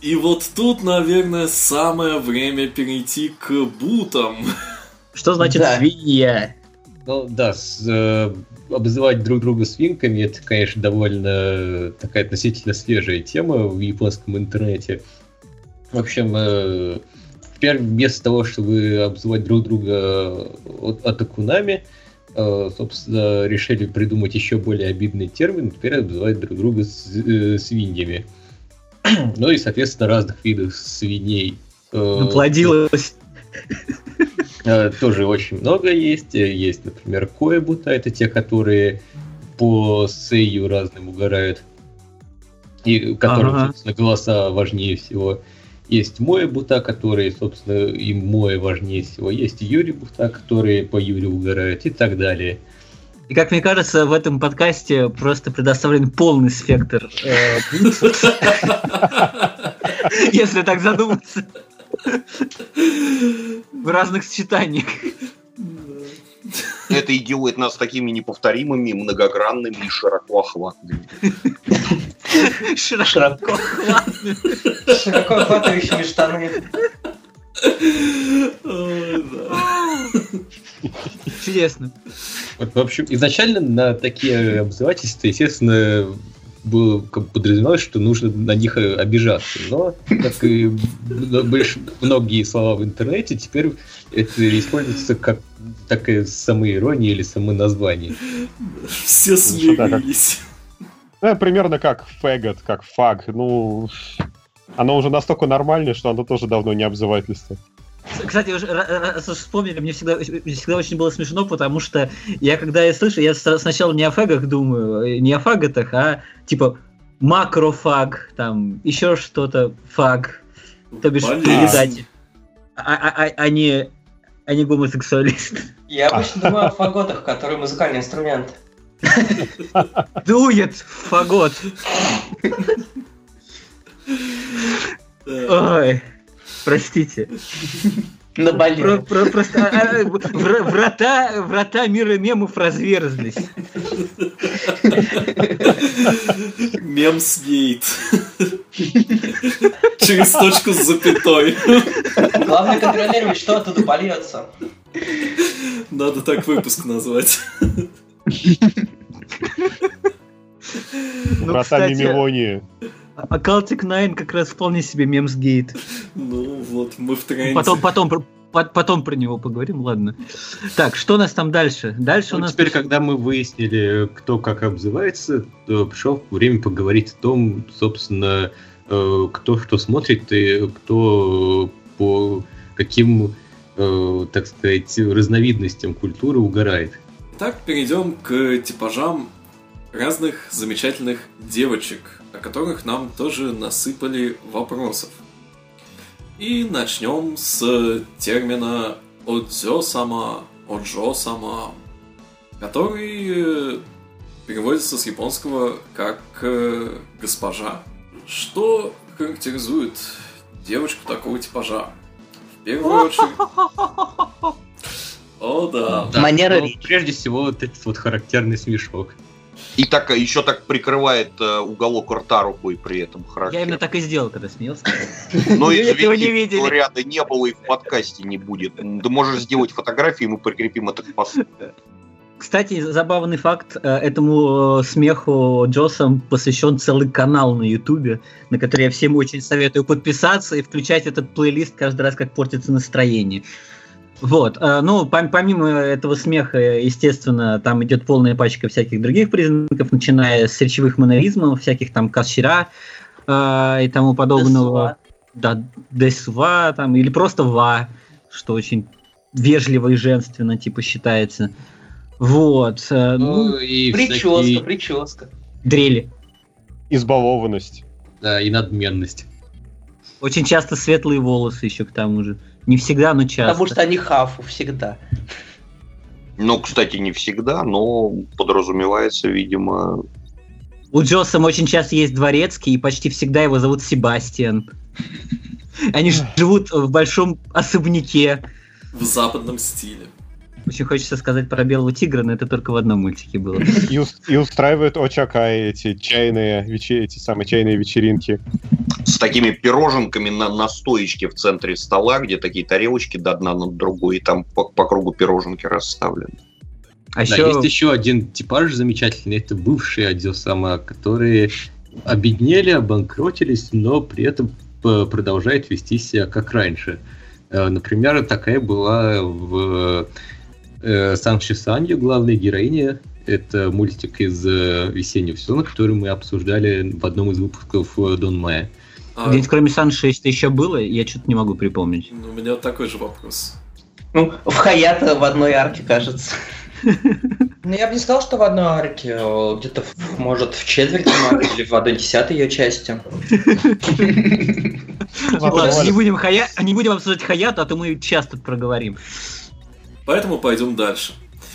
И вот тут, наверное, самое время перейти к бутам. Что значит Да. свинья? Ну да, с, э, обзывать друг друга свинками, это, конечно, довольно такая относительно свежая тема в японском интернете. В общем, э, теперь вместо того, чтобы обзывать друг друга атакунами, э, собственно, решили придумать еще более обидный термин, теперь обзывать друг друга с, э, свиньями. Ну и, соответственно, разных видов свиней. э, Наплодилась. Э, Тоже очень много есть. Есть, например, коэбута. Это те, которые по сэйю разным угорают. И которым, Ага. собственно, голоса важнее всего. Есть моэбута, которые, собственно, им моэ важнее всего. Есть юрибута, которые по юре угорают и так далее. И как мне кажется, в этом подкасте просто предоставлен полный спектр э, бут. Если так задуматься. В разных сочетаниях. Это и делает нас такими неповторимыми, многогранными и широко охватными. Широко. Широко охватывающими штаны. Ой, да. Чудесно. Вот, в общем, изначально на такие обзывательства, естественно, было как бы подразумевалось, что нужно на них э, обижаться. Но, как и м- больш- многие слова в интернете, теперь это используется как такая самоирония или самоназвание. Все смирились. Ну, примерно как фэгот, как фаг. Ну, оно уже настолько нормальное, что оно тоже давно не обзывательство. Кстати, уже, раз уж вспомнили, мне всегда, мне всегда очень было смешно, потому что я, когда я слышу, я с- сначала не о фэгах думаю, не о фаготах, а типа макрофаг, там, еще что-то, фаг, то бишь Болезнь. предатель, а, а- а- а не, а не гомосексуалист. Я обычно думаю о фаготах, которые музыкальный инструмент. Дует фагот. Да. Ой, простите. Про- Наболело. про- просто а, а, вра- врата, врата мира мемов разверзлись. Мемсгейт. Через точку с запятой. Главное контролировать, что оттуда польется. Надо так выпуск назвать. Ну, Врата кстати, Мимилонии. а Celtic Nine как раз вполне себе мемсгейт. Ну вот, мы в тренде. Потом, потом, про- по- потом про него поговорим, ладно. Так, что у нас там дальше? Дальше у Ну, нас... теперь, когда мы выяснили, кто как обзывается, то пришло время поговорить о том, собственно, э, кто что смотрит и кто по каким, э, так сказать, разновидностям культуры угорает. Итак, перейдем к типажам разных замечательных девочек, о которых нам тоже насыпали вопросов. И начнем с термина «одзё-сама», «оджо-сама», который э, переводится с японского как э, «госпожа». Что характеризует девочку такого типажа? В первую очередь... О, да. Да, Манера ну, речи. прежде всего, вот этот вот характерный смешок. И так, еще так прикрывает э, уголок рта рукой при этом характер. Я именно так и сделал, когда смеялся. Но Вы этого не извини, видели. этого ряда не было и в подкасте не будет. Ты можешь сделать фотографии, мы прикрепим это к посту. Кстати, забавный факт, э, этому э, смеху Джосам посвящен целый канал на Ютубе, на который я всем очень советую подписаться и включать этот плейлист каждый раз, как портится настроение. Вот, э, ну, пом- помимо этого смеха, естественно, там идет полная пачка всяких других признаков, начиная с речевых манеризмов, всяких там кашира э, и тому подобного. Да, десва, там, или просто ва, что очень вежливо и женственно, типа, считается. Вот. э, ну, Ну, и Прическа, всякие- прическа. дрели. Избалованность. Да, и надменность. Очень часто светлые волосы еще к тому же. Не всегда, но часто. Потому что они хафу всегда. Ну, кстати, не всегда, но подразумевается, видимо... У Джосама очень часто есть дворецкий, и почти всегда его зовут Себастьян. Они ж- живут в большом особняке. В западном стиле. Очень хочется сказать про белого тигра, но это только в одном мультике было. И, ус- и устраивают очакай, эти чайные, вече- эти самые чайные вечеринки. с такими пироженками на, на стоечке в центре стола, где такие тарелочки до одна над другой, и там по, по кругу пироженки расставлены. А да, еще... есть еще один типаж замечательный, это бывшие Одиосама, которые обеднели, обанкротились, но при этом продолжают вести себя как раньше. Например, такая была в Санши-Санью, главная героиня. Это мультик из «Весеннего сезона», который мы обсуждали в одном из выпусков Дон Мая. А... Где-нибудь кроме Санши что еще было, я что-то не могу припомнить. Ну, у меня вот такой же вопрос. Ну, в Хаято в одной арке, кажется. Ну, я бы не сказал, что в одной арке, где-то, может, в четверти или в одной десятой ее части. Ладно, не будем, хая... не будем обсуждать Хаято, а то мы сейчас тут проговорим. Поэтому пойдем дальше.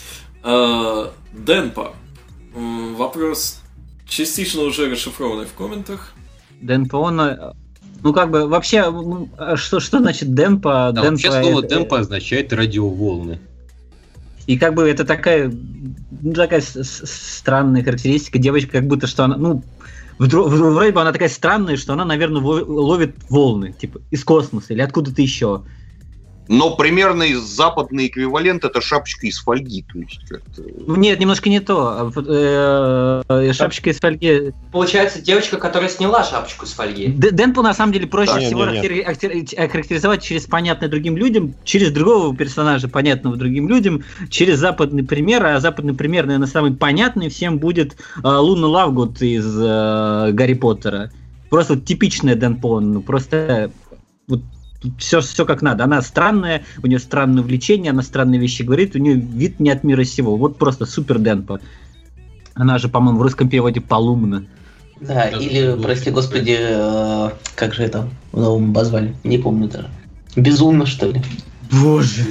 Денпа. Вопрос частично уже расшифрованный в комментах. Денпа, он... Ну, как бы, вообще, что, что значит демпа? Да, вообще слово демпа означает радиоволны. И как бы это такая, ну, такая странная характеристика. Девочка, как будто что она, ну, вроде бы она такая странная, что она, наверное, ловит волны, типа, из космоса или откуда-то еще. Но примерно западный эквивалент — это шапочка из фольги. То есть это... Нет, немножко не то. Шапочка из фольги... Получается, девочка, которая сняла шапочку из фольги. Денпу, на самом деле, проще да, всего нет, нет, нет. охарактеризовать через понятное другим людям, через другого персонажа, понятного другим людям, через западный пример. А западный пример, наверное, самый понятный всем будет Луна Лавгуд из э, Гарри Поттера. Просто вот типичная Денпо. Ну, просто... Вот, Все, все как надо. Она странная, у нее странное увлечение, она странные вещи говорит, у нее вид не от мира сего. Вот просто супер Денпа. Она же, по-моему, в русском переводе Полумна. Да, это или, было... прости господи, э, как же это в новом обозвали? Не помню даже. Безумно, что ли? Боже.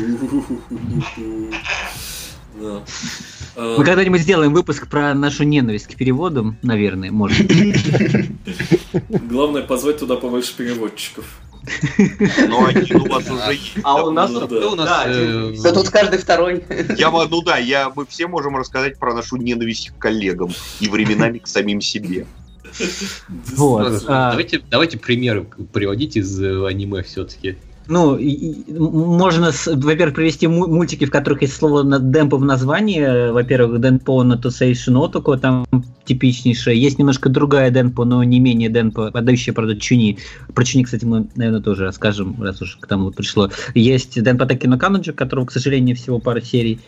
Мы когда-нибудь сделаем выпуск про нашу ненависть к переводам, наверное, может. Главное позвать туда побольше переводчиков. Ну, один у вас уже есть. А у нас, да тут каждый второй. Я, ну да, я, мы все можем рассказать про нашу ненависть к коллегам и временами к самим себе. Вот. Давайте, давайте примеры приводить из аниме все-таки. Ну, и, и, можно, во-первых, привести мультики, в которых есть слово демпо в названии. Во-первых, Денпо на Тусейши Нотоко, там типичнейшее. Есть немножко другая Денпо, но не менее Денпо, отдающая, правда, Чуни. Про Чуни, кстати, мы, наверное, тоже расскажем, раз уж к тому пришло. Есть Денпо Такино Каноджи, которого, к сожалению, всего пара серий.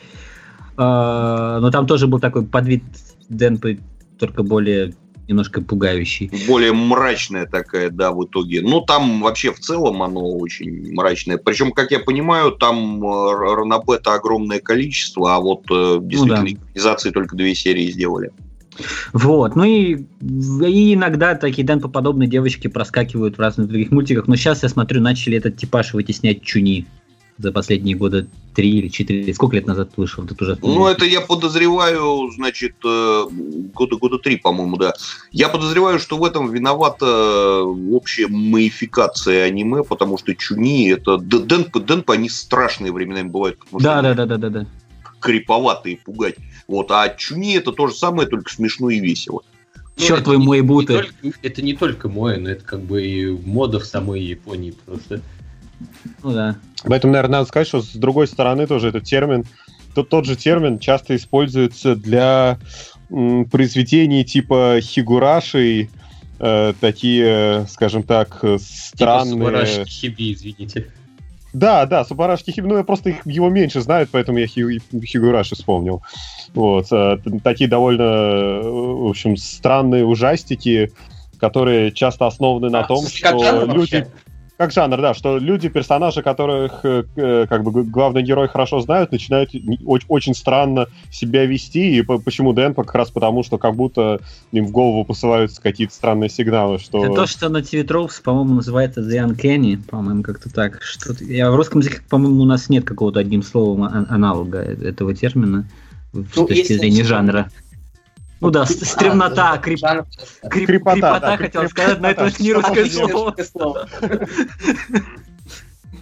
А, но там тоже был такой подвид Денпо, только более... немножко пугающий. Более мрачная такая, да, в итоге. Ну, там вообще в целом оно очень мрачное. Причем, как я понимаю, там ранобета огромное количество, а вот действительно ну, да. экранизации только две серии сделали. Вот, ну и, и иногда такие Денпо-подобные девочки проскакивают в разных других мультиках, но сейчас, я смотрю, начали этот типаж вытеснять Чуни за последние года три или четыре. Сколько лет назад вышел? Тут уже... Ну, это я подозреваю, значит, года, года три, по-моему, да. Я подозреваю, что в этом виновата общая моификация аниме, потому что Чуни, это... Денпо, Денпо, они страшные временами бывают. Да, да, да, да, да, да. Криповатые, пугать. Вот, а Чуни это то же самое, только смешно и весело. Ну, черт твой мой буты. Это не только мой, но это как бы и мода в самой Японии просто. Ну да. Поэтому, наверное, надо сказать, что с другой стороны тоже этот термин, тот, тот же термин часто используется для м, произведений типа хигураши, э, такие, скажем так, странные... Типа Субарашки Хиби, извините. Да, да, Субарашки Хиби, ну я просто их, его меньше знают, поэтому я хи, хигураши вспомнил. Вот, э, такие довольно, в общем, странные ужастики, которые часто основаны на том, что люди... Как жанр, да, что люди, персонажи, которых э, как бы главный герой хорошо знают, начинают очень, очень странно себя вести. И по, почему Денпо? Как раз потому, что как будто им в голову посылаются какие-то странные сигналы. Что... Это то, что на ти ви Tropes, по-моему, называется The Uncanny, по-моему, как-то так. Что-то... Я в русском языке, по-моему, у нас нет какого-то одним словом аналога этого термина ну, с точки зрения жанра. Ну да, стремнота, крип... крип... крипота, крипота, да, хотел крипота, сказать, но это очень не русское слово.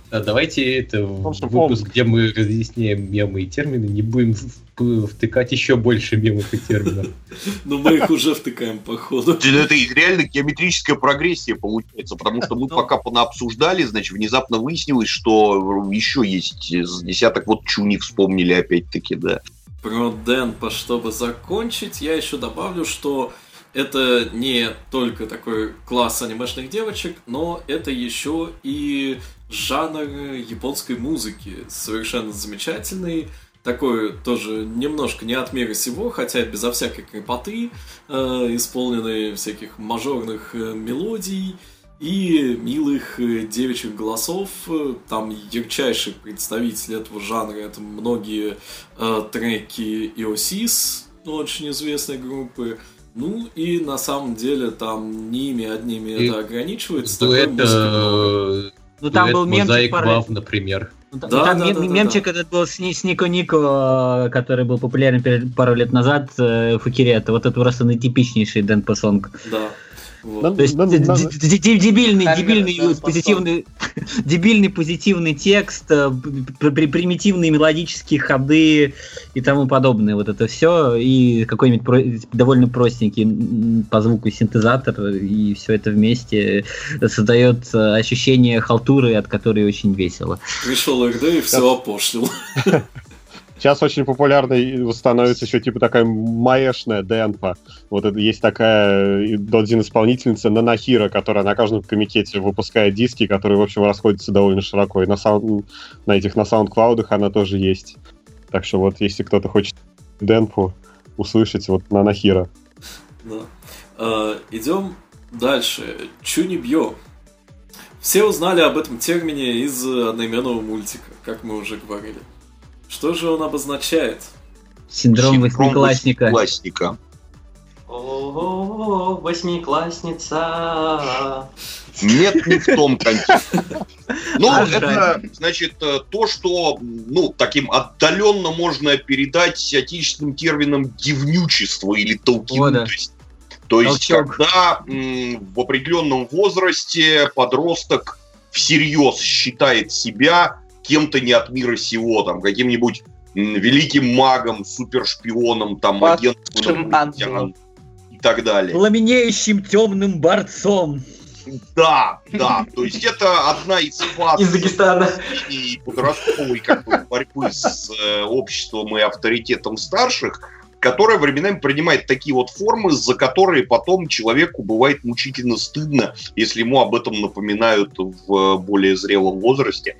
А давайте это в общем, выпуск, где мы разъясняем мемы и термины, не будем в- втыкать еще больше мемов и терминов. Ну, мы их уже втыкаем, походу. Это реально геометрическая прогрессия получается, потому что мы пока понаобсуждали, значит, внезапно выяснилось, что еще есть с десяток, вот Чуни вспомнили опять-таки, да. Про Денпа, чтобы закончить, я еще добавлю, что это не только такой класс анимешных девочек, но это еще и жанр японской музыки, совершенно замечательный, такой тоже немножко не от мира сего, хотя безо всякой крепоты, э, исполненный всяких мажорных э, мелодий и милых э, девичьих голосов. Там ярчайший представитель этого жанра — это многие э, треки Иосис, очень известной группы. Ну и на самом деле там не ими одними и это ограничивается. Дуэт, такой музыкой. Ну там дуэт был мемчик Мозаик пара- Вав, например. Ну, там Да, там да, мем- да, да, мемчик этот был с, Ни- с Нико Нико, э, который был популярен перед- пару лет назад, э, Фукиретто. Вот это просто наитипичнейший Денпо-сонг. Да. Вот. Надо- То есть надо- д- надо- д- д- д- дебильный, Камера, дебильный, да, позитивный, дебильный позитивный текст, э, пр- пр- примитивные мелодические ходы и тому подобное. Вот это все. И какой-нибудь про- довольно простенький м, по звуку синтезатор. И все это вместе создает э, ощущение халтуры, от которой очень весело. Пришел эр дэ и все опошлил. Сейчас очень популярной становится еще типа такая маэшная денпа. Вот это есть такая и додзин-исполнительница Нанахира, которая на каждом комикете выпускает диски, которые, в общем, расходятся довольно широко. И на, саунд... на этих на SoundCloud она тоже есть. Так что вот, если кто-то хочет денпу услышать, вот Нанахира. Да. А, идем дальше. Чунибьё. Все узнали об этом термине из одноименного мультика, как мы уже говорили. Что же он обозначает? Синдром Синдром восьмиклассника. восьмиклассника. О, восьмиклассница. Нет, не в том контексте. Ну, А это, жаль. значит, то, что, ну, таким отдаленно можно передать отечественным термином гивнючество или толкинутость. То есть, Толчок. когда м, в определенном возрасте подросток всерьез считает себя кем-то не от мира сего, там, каким-нибудь м, великим магом, супершпионом, там, Падшим агентом ангелом. и так далее. Пламенеющим темным борцом. Да, да, то есть это одна из фаз Из Дагестана. и подростковой как бы, борьбы с э, обществом и авторитетом старших, которая временами принимает такие вот формы, за которые потом человеку бывает мучительно стыдно, если ему об этом напоминают в более зрелом возрасте.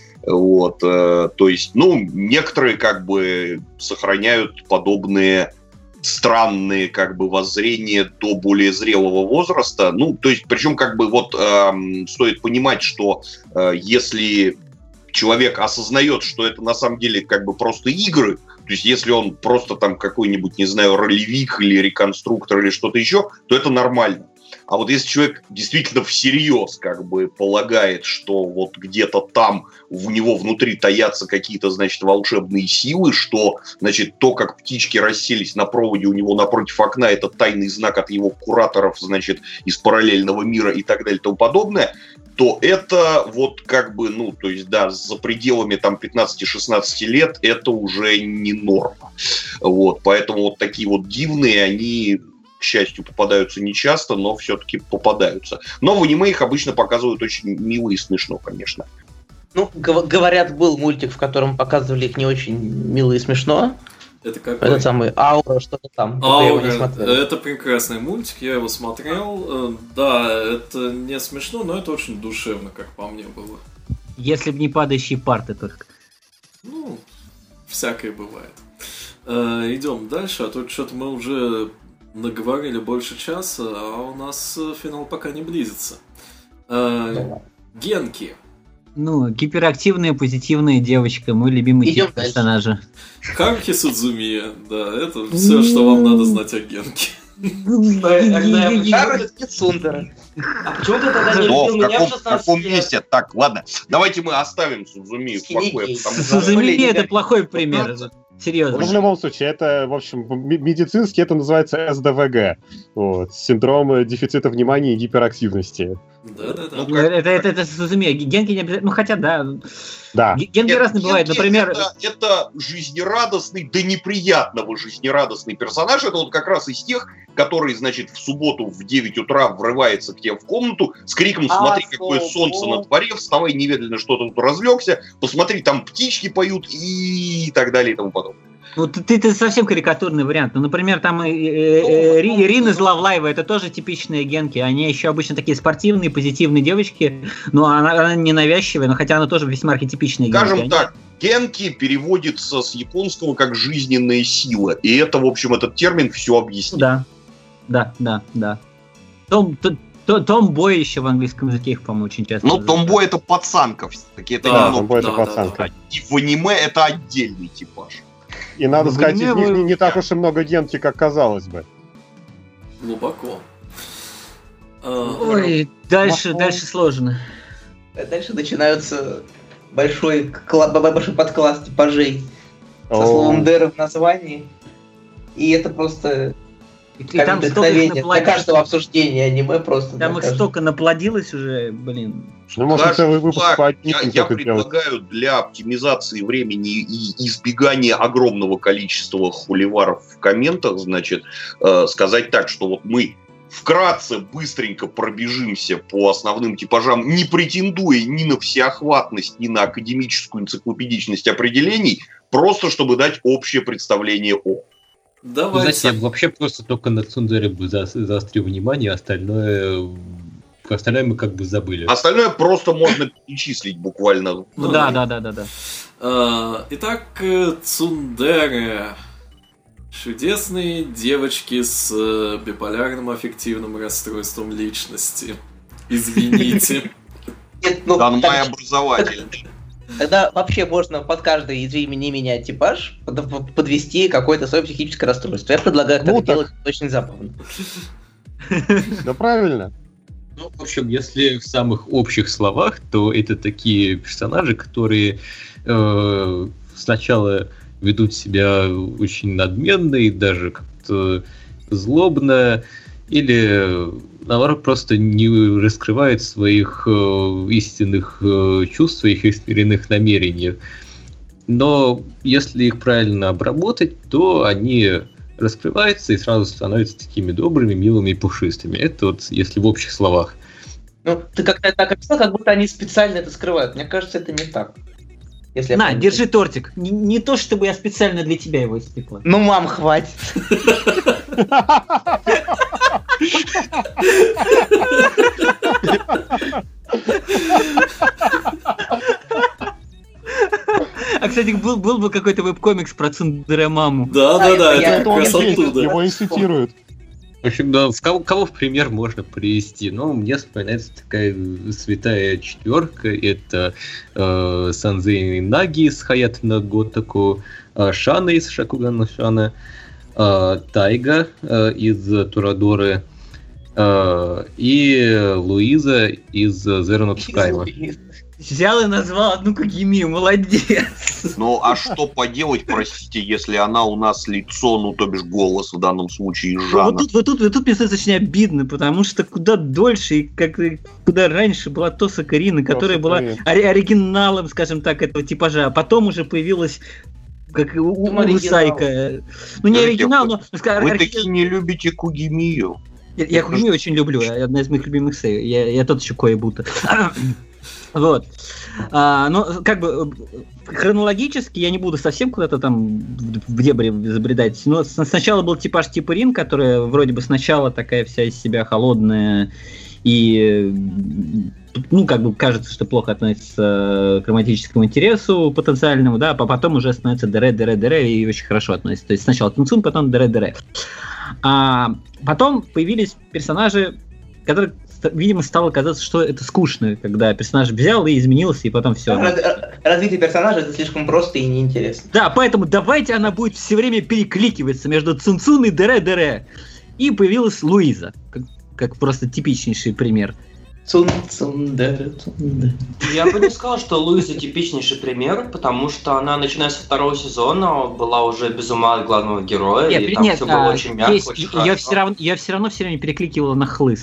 Вот, э, то есть, ну, некоторые как бы сохраняют подобные странные как бы воззрения до более зрелого возраста. Ну, то есть, причем как бы вот эм, стоит понимать, что э, если человек осознает, что это на самом деле как бы просто игры, то есть если он просто там какой-нибудь, не знаю, ролевик или реконструктор или что-то еще, то это нормально. А вот если человек действительно всерьез как бы полагает, что вот где-то там у него внутри таятся какие-то, значит, волшебные силы, что, значит, то, как птички расселись на проводе у него напротив окна, это тайный знак от его кураторов, значит, из параллельного мира и так далее и тому подобное, то это вот как бы, ну, то есть, да, за пределами там пятнадцати-шестнадцати лет это уже не норма. Вот, поэтому вот такие вот дивные, они... к счастью, попадаются нечасто, но все-таки попадаются. Но в аниме их обычно показывают очень мило и смешно, конечно. Ну, гов- говорят, был мультик, в котором показывали их не очень мило и смешно. Это какой? Этот самый Аура, что-то там. только я его не Аура. смотрел. Это прекрасный мультик, я его смотрел. Э, Да, это не смешно, но это очень душевно, как по мне было. Если б не падающие парты только. Ну, всякое бывает. Э, Идем дальше, а то что-то мы уже наговорили больше часа, а у нас э, финал пока не близится. Э, Генки. Ну, гиперактивная, позитивная девочка, мой любимый Идем тип дальше. персонажа. Харухи Судзумия. Да, это все, что вам надо знать о Генке. Харухи Кицундера. А почему ты тогда не Но любил в меня каком, в в каком шестнадцать лет? месте? Так, ладно. Давайте мы оставим Судзумию в покое. Потому что... Сузумия — это плохой пример. Ну, в Серьезно. любом случае, это, в общем, м- медицински это называется эс дэ вэ гэ. Вот, синдром дефицита внимания и гиперактивности. Да, да, да. Ну, как... это, это, это, это генки не обязательно. Ну, хотя, да. Да. Генки Нет, разные бывают. Например. Это, это жизнерадостный, до неприятного жизнерадостный персонаж. Это вот как раз из тех, который, значит, в субботу в девять утра врывается к тебе в комнату с криком: смотри, а, какое о, солнце о. на дворе, вставай немедленно, что ты тут разлегся, посмотри, там птички поют и так далее и тому подобное. Ну, ты, ты совсем карикатурный вариант. Ну, например, там э, э, э, Ирина из Love Live, это тоже типичные генки. Они еще обычно такие спортивные, позитивные девочки. Но она, она не навязчивая, но хотя она тоже весьма архетипичная генки. Скажем так, генки переводится с японского как жизненная сила. И это, в общем, этот термин все объясняет. Да, да, да, да. Том, том, томбой еще в английском языке их, по-моему, очень часто. Ну, томбой это пацанка все-таки. Это да, немного... томбой это да, пацанка. Да, да. И в аниме это отдельный типаж. И надо В сказать, аниме из них вы- не, не так уж и много генки, как казалось бы. Глубоко. А, Ой, дальше, Ну, дальше сложно. Дальше начинаются большой, кла- большой подкласс типажей со О. словом «дэр» в названии. И это просто И, и там столько их вдохновение для наплодилось. каждого обсуждения аниме просто. Там для их каждого. столько наплодилось уже, блин. Ну, можно Скажем целый выпуск так, по одним я, я только делать. предлагаю для оптимизации времени и избегания огромного количества хуливаров в комментах, значит, э, сказать так, что вот мы вкратце, быстренько пробежимся по основным типажам, не претендуя ни на всеохватность, ни на академическую энциклопедичность определений, просто чтобы дать общее представление о. Давайте. Знаете, я вообще просто только на Цундере бы за- заострил внимание, остальное... Остальное мы как бы забыли. Остальное просто можно перечислить буквально. Ну да, да, да, да, да. А, Итак, э, Цундере. Чудесные девочки с э, биполярным аффективным расстройством личности. Извините. Нет, ну, Да, ну, так- мой образовательный. Тогда вообще можно под каждый «извини, не меня» типаж под- подвести какое-то свое психическое расстройство. Я предлагаю так Ну, так. делать, это очень забавно. Да правильно. Ну, в общем, если в самых общих словах, то это такие персонажи, которые э, сначала ведут себя очень надменно и даже как-то злобно, или, наоборот, просто не раскрывают своих э, истинных э, чувств, своих истинных намерений. Но если их правильно обработать, то они раскрываются и сразу становятся такими добрыми, милыми и пушистыми. Это вот если в общих словах. Ну, ты как-то так описал, как будто они специально это скрывают. Мне кажется, это не так. Если я На, помню. держи тортик. Не, не то, чтобы я специально для тебя его испекла. Ну, мам, хватит. А, кстати, был, был бы какой-то веб-комикс про Цундере-маму. Да, да, да, я- это как раз Он оттуда. его и цитируют. В общем, да, в кого, кого в пример можно привести? Ну, мне вспоминается такая святая четверка. Это э, Санзей Наги из Хаят на Готаку, э, Шана из Шакугана Шана, э, Тайга э, из Турадоры э, и Луиза из Zero No Tsukaima. Взял и назвал одну Кагемию, молодец. Ну, а что поделать, простите, если она у нас лицо, ну, то бишь голос в данном случае Вот Жанна. тут, вот тут, вот тут мне становится очень обидно, потому что куда дольше и как, куда раньше была Тоса Карина, которая была Карина. ори- оригиналом, скажем так, этого типажа, а потом уже появилась как у- у- Ну, оригинал. Урусайка. Ну, не Подождите, оригинал, вы- но... скажем, Вы архи- такие не любите Кугимию. Я, я Кугимию очень люблю, одна из моих любимых сей. Я, я тот еще кое-будто. Вот. А, но как бы хронологически я не буду совсем куда-то там в дебри забредать. Но с- сначала был типаж типа Рин, которая вроде бы сначала такая вся из себя холодная и ну, как бы кажется, что плохо относится к романтическому интересу потенциальному, да, а потом уже становится дере, дере, дере и очень хорошо относится. То есть сначала Тунцун, потом дере, дере. А потом появились персонажи, которые, видимо, стало казаться, что это скучно, когда персонаж взял и изменился, и потом все. Раз- Развитие персонажа это слишком просто и неинтересно. Да, поэтому давайте она будет все время перекликиваться между Цунцун и Дере-Дере. И появилась Луиза, как, как просто типичнейший пример. Цун, цун, дэр, цун, дэр. Я бы не сказал, что Луиза типичнейший пример, потому что она, начиная со второго сезона, была уже без ума от главного героя, и там все было а, очень мягко, есть- очень я хорошо. все равно, я все равно все время перекликивала на хлыст.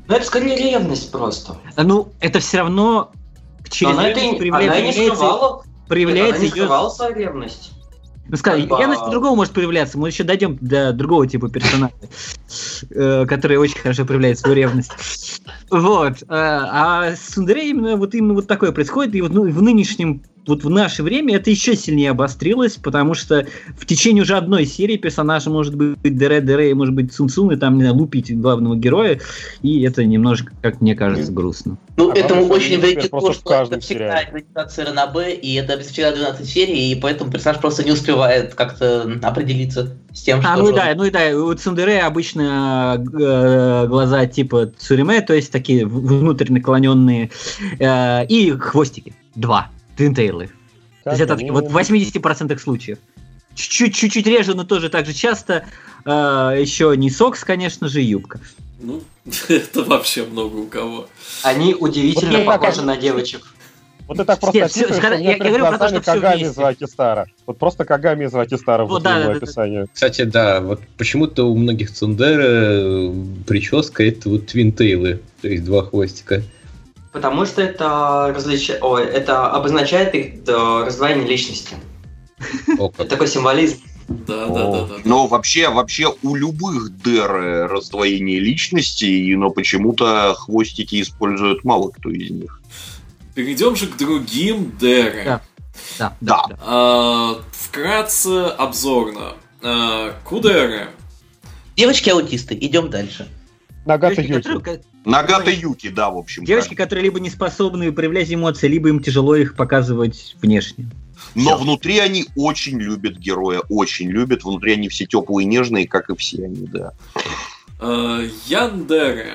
Ну, это скорее ревность просто. Ну, это все равно через она это, проявляется, она не скрывала, проявляется она не ее... скрывала свою ревность. Ну, скажи, Как бы- ревность по-другому может проявляться. Мы еще дойдем до другого типа персонажа, э, который очень хорошо проявляет свою ревность. Вот. э, А с Цундерей именно вот именно вот такое происходит. И вот ну, в нынешнем, вот в наше время это еще сильнее обострилось, потому что в течение уже одной серии персонажа может быть Дере Дере, может быть Цун Цун, и там не знаю, лупить главного героя. И это немножко, как мне кажется, грустно. Ну, А этому главное, очень что вредит теперь то, просто в что каждом это всегда сериале. экранизация Ранобэ, и это всегда двенадцать серий, и поэтому персонаж просто не успевает как-то определиться с тем, что... А, ну и же- да, ну и да, у Цундерей обычно э, глаза типа Цуриме, то есть такие в- внутрь наклоненные, э, и хвостики. Два. Твинтейлы. То есть это они- вот в восемьдесят процентов случаев. Чуть-чуть, чуть-чуть реже, но тоже так же часто. Э, еще не сокс, конечно же, и юбка. Ну, это вообще много у кого. Они удивительно Вот я похожи как- на девочек. Вот ты так просто Нет, всё, описываешь, когда- что я- мне я перед говорю про то, глазами что всё Кагами вместе. из Акистара. Вот просто Кагами из Акистара Вот вот да, его да, да, описание. Кстати, да, вот почему-то у многих цундере прическа это вот твинтейлы, то есть два хвостика. Потому что это, различ... Ой, это обозначает их да, раздвоение личности. О, Это как. такой символизм. Да, да, да, да. Но вообще, вообще у любых дэр раздвоение личности, но почему-то хвостики используют мало кто из них. Перейдем же к другим Дэре. Да. Да, Да. да. А, вкратце, обзорно. А, Кудеры. Девочки-аутисты, идем дальше. Нагата Девочки, Юки. которые- Нагата Юки, да, в общем. Девочки, которые либо не способны проявлять эмоции, либо им тяжело их показывать внешне. Но Всё. внутри они очень любят героя, очень любят. Внутри они все теплые и нежные, как и все они, да. А, Яндере.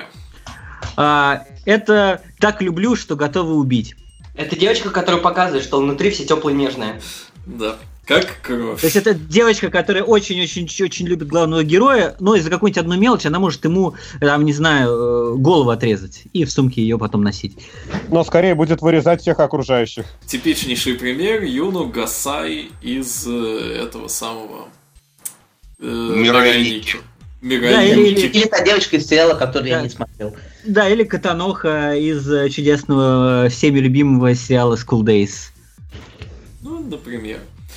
А, это так люблю, что готовы убить. Это девочка, которая показывает, что внутри все теплые и нежные. Да. Как кровь. То есть это девочка, которая очень-очень-очень любит главного героя, но из-за какой-нибудь одной мелочи она может ему, там, не знаю, э, голову отрезать и в сумке ее потом носить. Но скорее будет вырезать всех окружающих. Типичнейший пример Юну Гасай из э, этого самого э, Миrai Миrai Да, Миrai или- Ники. Или та девочка из сериала, который Да. я не смотрел. Да, или Катаноха из э, чудесного, э, всеми любимого сериала School Days. Ну, например.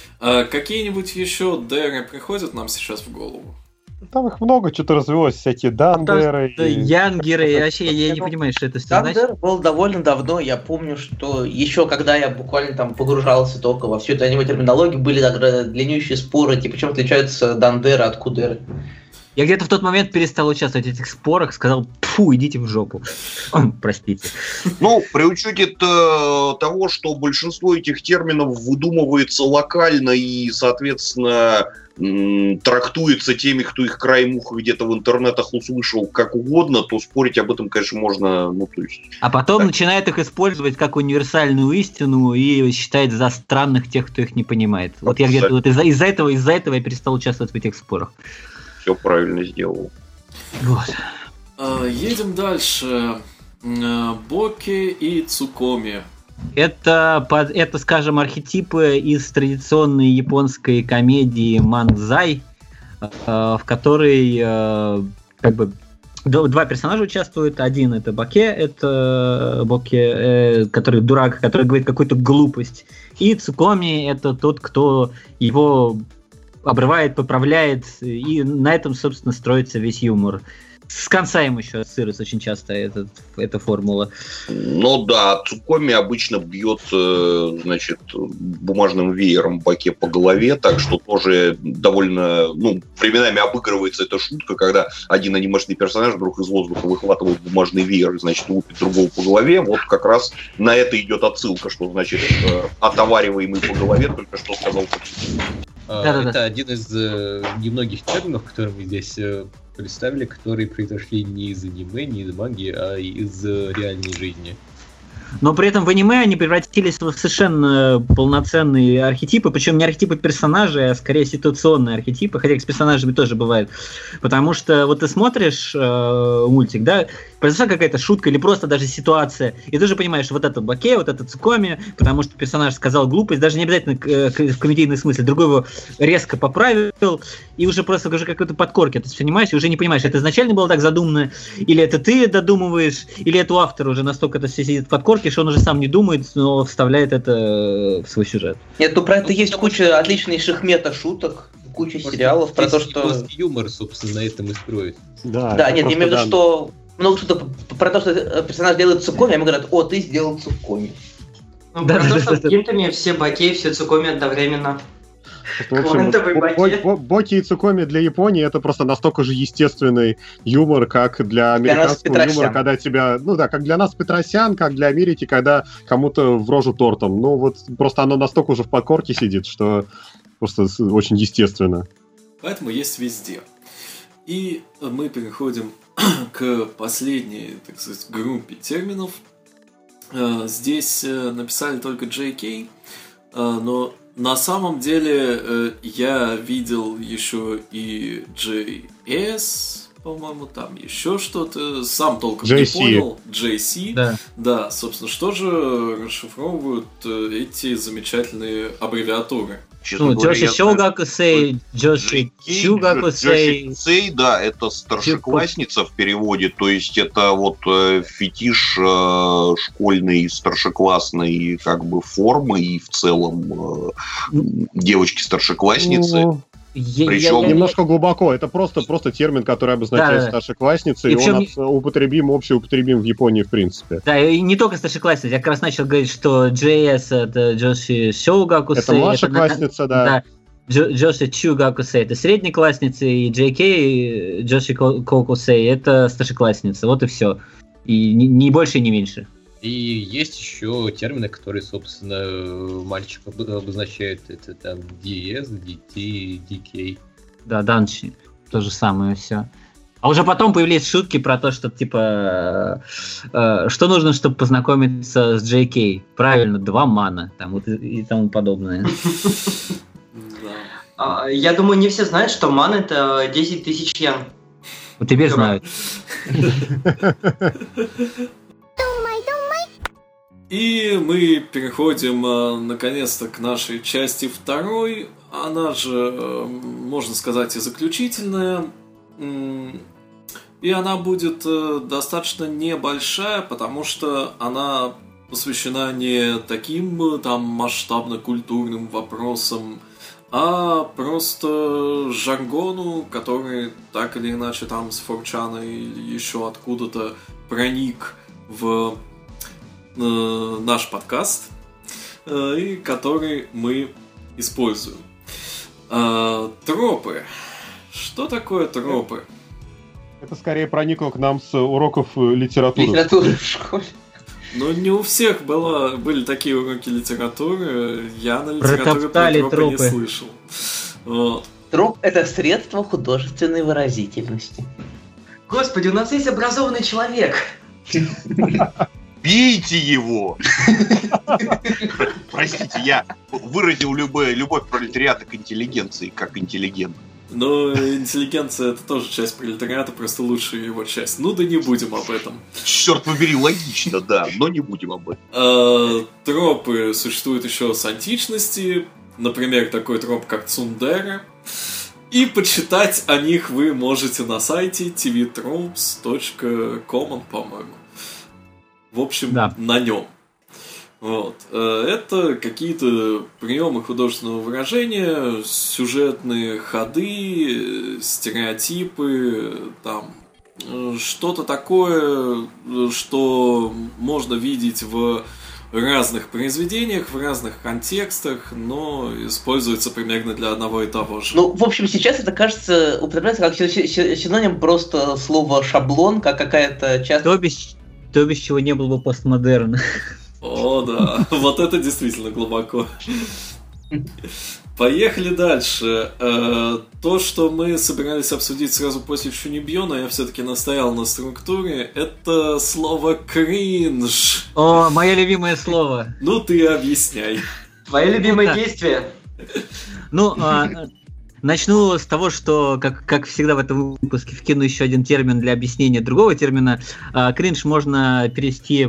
А какие-нибудь еще Дэры приходят нам сейчас в голову? Там их много, что-то развелось, всякие Дандеры. Да, и- Янгеры, и вообще я не понимаю, что это все значит. Дандер был довольно давно, я помню, что еще когда я буквально там погружался только во всю эту аниме-терминологию, были тогда длиннющие споры, типа, чем отличаются Дандеры от Кудеры. Я где-то в тот момент перестал участвовать в этих спорах, сказал, фу, идите в жопу. Простите. Ну, при учете того, что большинство этих терминов выдумывается локально и, соответственно, м, трактуется теми, кто их краем уха где-то в интернетах услышал как угодно, то спорить об этом, конечно, можно, ну, то есть... А потом Так. начинает их использовать как универсальную истину и считает за странных тех, кто их не понимает. Вот я где-то вот из-за, из-за этого, из-за этого я перестал участвовать в этих спорах. Все правильно сделал. Вот. А, едем дальше. А, Боки и Цукоми. Это, под, это, скажем, архетипы из традиционной японской комедии манзай, э, в которой э, как бы д- два персонажа участвуют. Один это Боке, это Боке, э, который дурак, который говорит какую-то глупость. И Цукоми это тот, кто его обрывает, поправляет, и на этом, собственно, строится весь юмор. С конца им еще ассоциируется очень часто этот, эта формула. Ну да, Цукоми обычно бьет, э, значит, бумажным веером Баке по голове, так что тоже довольно, ну, временами обыгрывается эта шутка, когда один анимешный персонаж вдруг из воздуха выхватывает бумажный веер и, значит, лупит другого по голове. Вот как раз на это идет отсылка, что, значит, э, отовариваемый по голове только что сказал. А, Да-да-да. Это один из э, немногих терминов, которые мы здесь э, представили, которые произошли не из аниме, не из манги, а из э, реальной жизни. Но при этом в аниме они превратились в совершенно полноценные архетипы, причем не архетипы персонажей, а скорее ситуационные архетипы, хотя с персонажами тоже бывает. Потому что вот ты смотришь э, мультик, да, произошла какая-то шутка или просто даже ситуация, и ты же понимаешь, что вот это Баке, вот это Цукоми, потому что персонаж сказал глупость, даже не обязательно в комедийном смысле, другой его резко поправил, и уже просто уже какой-то подкорки ты понимаешь, и уже не понимаешь, это изначально было так задумано, или это ты додумываешь, или это у автора уже настолько это все сидит в подкорке, что он уже сам не думает, но вставляет это в свой сюжет. Нет, ну про это есть куча отличнейших мета-шуток, куча сериалов про то, что... Юмор, собственно, на этом и строит. Да, да нет, я имею в виду, что много что-то про то, что персонаж делает Цукоми, а ему говорят, о, ты сделал Цукоми. Ну, да, про то, что в Гинтами все Баке, все Цукоми одновременно. В общем, Боки и Цукоми для Японии это просто настолько же естественный юмор, как для американского юмора, когда тебя... Ну да, как для нас Петросян, как для Америки, когда кому-то в рожу тортом. Ну вот просто оно настолько уже в подкорке сидит, что просто очень естественно. Поэтому есть везде. И мы переходим к последней, так сказать, группе терминов. Здесь написали только джей кей, но на самом деле я видел еще и джей эс, по-моему, там еще что-то. Сам толком джей не си. понял. джей си. Да. Да, собственно, что же расшифровывают эти замечательные аббревиатуры? Честно Ну, говоря, Джоши я Сёгакусей, Джоши Чугакусей. Джоши да, это старшеклассница в переводе, то есть это вот э, фетиш э, школьной старшеклассной как бы формы и в целом э, девочки-старшеклассницы. Ну, Я- Причем- я- я- немножко глубоко. Это просто, просто термин, который обозначает Да, да. старшеклассницы, И и, причем- он абс- употребим, общеупотребим в Японии в принципе. Да, и не только старшеклассницы. Я как раз начал говорить, что джей эс это Джоши Сёгакусей. Это младшая на- классница, да. Да. Джо- Джоши Чугакусей это среднеклассница, и джей кей Джоши Ко- Кокусей это старшеклассница. Вот и все. И ни, ни больше, ни меньше. И есть еще термины, которые, собственно, мальчик об- обозначают. Это там ди эс, ди ти, ди кей. Да, данши. То же самое все. А уже потом появились шутки про то, что типа э, э, что нужно, чтобы познакомиться с джей кей. Правильно, два мана. Там вот и, и тому подобное. Да. А, Я думаю, не все знают, что ман это десять тысяч йен. Вот теперь знают. И мы переходим э, наконец-то к нашей части второй. Она же, э, можно сказать, и заключительная. М, И она будет э, достаточно небольшая, потому что она посвящена не таким э, там масштабно-культурным вопросам, а просто жаргону, который так или иначе там с форчана или еще откуда-то проник в э, наш подкаст, э, и который мы используем. Э, тропы. Что такое тропы? Это скорее проникло к нам с уроков э, литературы. Литературы в школе. Ну, не у всех было, были такие уроки литературы. Я на литературе про Протоптали тропы тропы. не слышал. Вот. Троп — это средство художественной выразительности. Господи, у нас есть образованный человек. Бейте его! Простите, я выразил любое, любовь пролетариата к интеллигенции, как интеллигент. Но интеллигенция — это тоже часть пролетариата, просто лучшая его часть. Ну да не будем об этом. Черт побери, логично, да, но не будем об этом. Э, Тропы существуют еще с античности. Например, такой троп, как цундера. И почитать о них вы можете на сайте ти ви тропс точка ком, по-моему. В общем, Да. на нем. Вот. Э, Это какие-то приемы художественного выражения, сюжетные ходы, э, стереотипы, там э, что-то такое, э, что можно видеть в разных произведениях, в разных контекстах, но используется примерно для одного и того же. Ну, в общем, сейчас это, кажется, употребляется как си- си- синоним просто слова «шаблон», как какая-то часть... То без, то без чего не было бы постмодерна. О, да, вот это действительно глубоко. Поехали дальше. То, что мы собирались обсудить сразу после Чунибьона, я все-таки настоял на структуре, это слово «кринж». О, мое любимое слово. Ну ты объясняй. Твои любимые действия. Ну, начну с того, что, как, как всегда в этом выпуске, вкину еще один термин для объяснения другого термина. Кринж можно перевести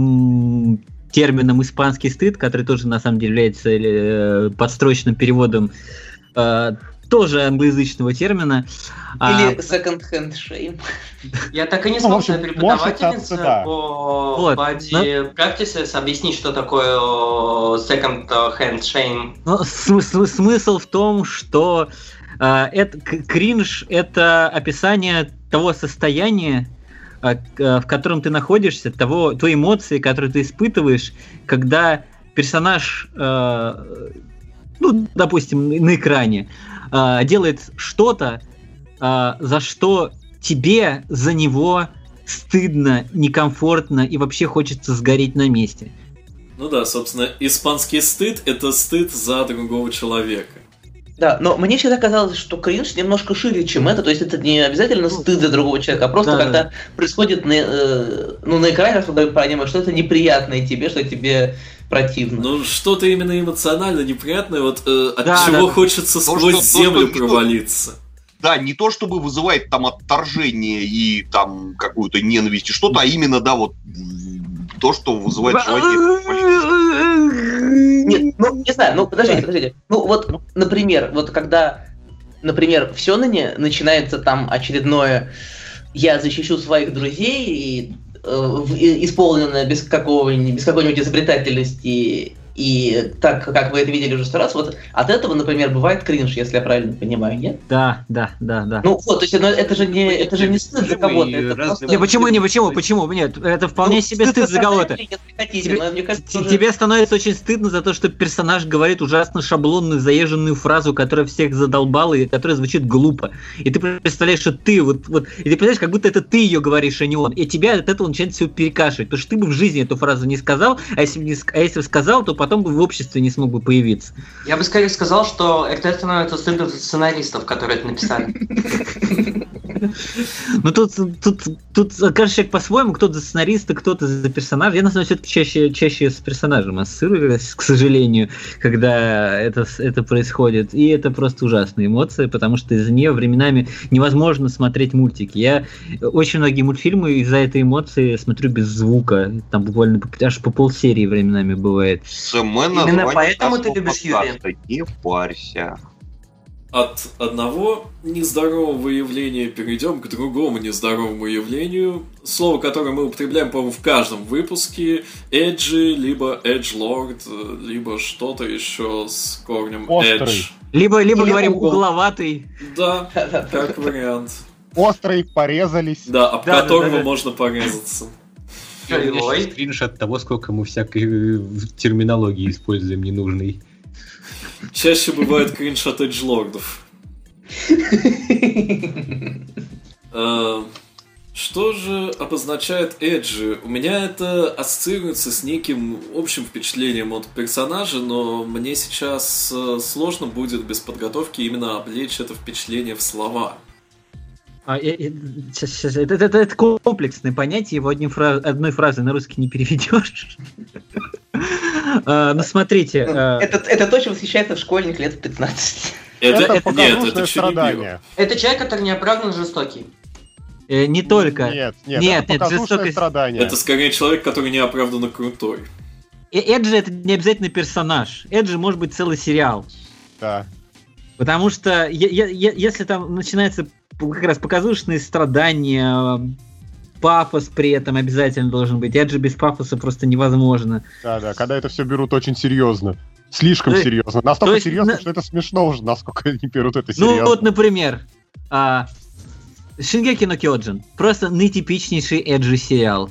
термином «испанский стыд», который тоже на самом деле является э, подстрочным переводом э, тоже англоязычного термина. Или second-hand shame. Я так и не смог своей преподавательнице по вот. Body Practices объяснить, что такое second-hand shame. Ну, см- смысл в том, что э, это, кринж — это описание того состояния, в котором ты находишься, того, той эмоции, которую ты испытываешь, когда персонаж, э, ну, допустим, на экране, э, делает что-то, э, за что тебе за него стыдно, некомфортно и вообще хочется сгореть на месте. Ну да, собственно, испанский стыд — это стыд за другого человека. Да, но мне всегда казалось, что кринж немножко шире, чем это, то есть это не обязательно стыд за другого человека, а просто да, когда да. происходит на, э, ну, на экране, когда мы понимаем, что это неприятное тебе, что тебе противно. Ну, что-то именно эмоционально неприятное, вот э, от да, чего да. хочется то, сквозь что, землю то, что, провалиться. Да, не то чтобы вызывает там отторжение и там какую-то ненависть и что-то, а именно, да, вот то, что вызывает желание. Нет, ну, не знаю, ну, подождите, подождите. Ну, вот, например, вот когда, например, в Сёнэне начинается там очередное «я защищу своих друзей», и, э, исполненное без какого-нибудь, без какой-нибудь изобретательности, и так, как вы это видели уже сто раз, вот от этого, например, бывает кринж, если я правильно понимаю, нет? Да, да, да, да. Ну вот, то есть ну, это же не, это же не стыд за кого-то. Это просто... Не, почему, не, почему, почему? Нет, это вполне ну, себе стыд за кого-то. Хотите, тебе, мне кажется, уже... тебе становится очень стыдно за то, что персонаж говорит ужасно шаблонную, заезженную фразу, которая всех задолбала и которая звучит глупо. И ты представляешь, что ты вот, вот, и ты представляешь, как будто это ты ее говоришь, а не он. И тебя от этого начинает все перекашивать, потому что ты бы в жизни эту фразу не сказал, а если бы, не, а если бы сказал, то потом бы в обществе не смог бы появиться. Я бы скорее сказал, что это становится стыдно за сценаристов, которые это написали. Ну тут, тут, тут каждый человек по-своему, кто-то за сценариста, кто-то за персонажа. Я, на самом деле, все-таки чаще, чаще с персонажем ассоциируюсь, к сожалению, когда это, это происходит. И это просто ужасная эмоция, потому что из-за нее временами невозможно смотреть мультики. Я очень многие мультфильмы из-за этой эмоции смотрю без звука. Там буквально аж по полсерии временами бывает. Именно поэтому ты любишь Юрия. Не парься. От одного нездорового явления перейдем к другому нездоровому явлению. Слово, которое мы употребляем, по-моему, в каждом выпуске. Эджи, либо эджлорд, либо что-то еще с корнем эдж. Либо, либо говорим угловатый. Да, как вариант. Острый, порезались. Да, об да, которого да, да, можно да. порезаться. Скриншот того, сколько мы всякой терминологии используем ненужной. Чаще бывает кринж от эджлордов. Что же обозначает эджи? У меня это ассоциируется с неким общим впечатлением от персонажа, но мне сейчас сложно будет без подготовки именно облечь это впечатление в слова. А, э, э, сейчас, сейчас, это, это, это комплексное понятие, его одним фраз, одной фразой на русский не переведешь. Ну, смотрите. Это то, чем восхищается школьник лет в пятнадцать. Это показушное страдание. Это человек, который неоправданно жестокий. Не только. Нет, нет, это показушное страдание. Это скорее человек, который неоправданно крутой. Эджи — это не обязательно персонаж. Эджи может быть целый сериал. Да. Потому что если там начинается как раз показушные страдания, пафос при этом обязательно должен быть. Эджи без пафоса просто невозможно. Да, да, когда это все берут очень серьезно. Слишком то серьезно. Настолько есть, серьезно, на... что это смешно уже, насколько они берут это серьезно. Ну вот, например, а... Шингеки но Кёджин. Просто наитипичнейший эджи сериал.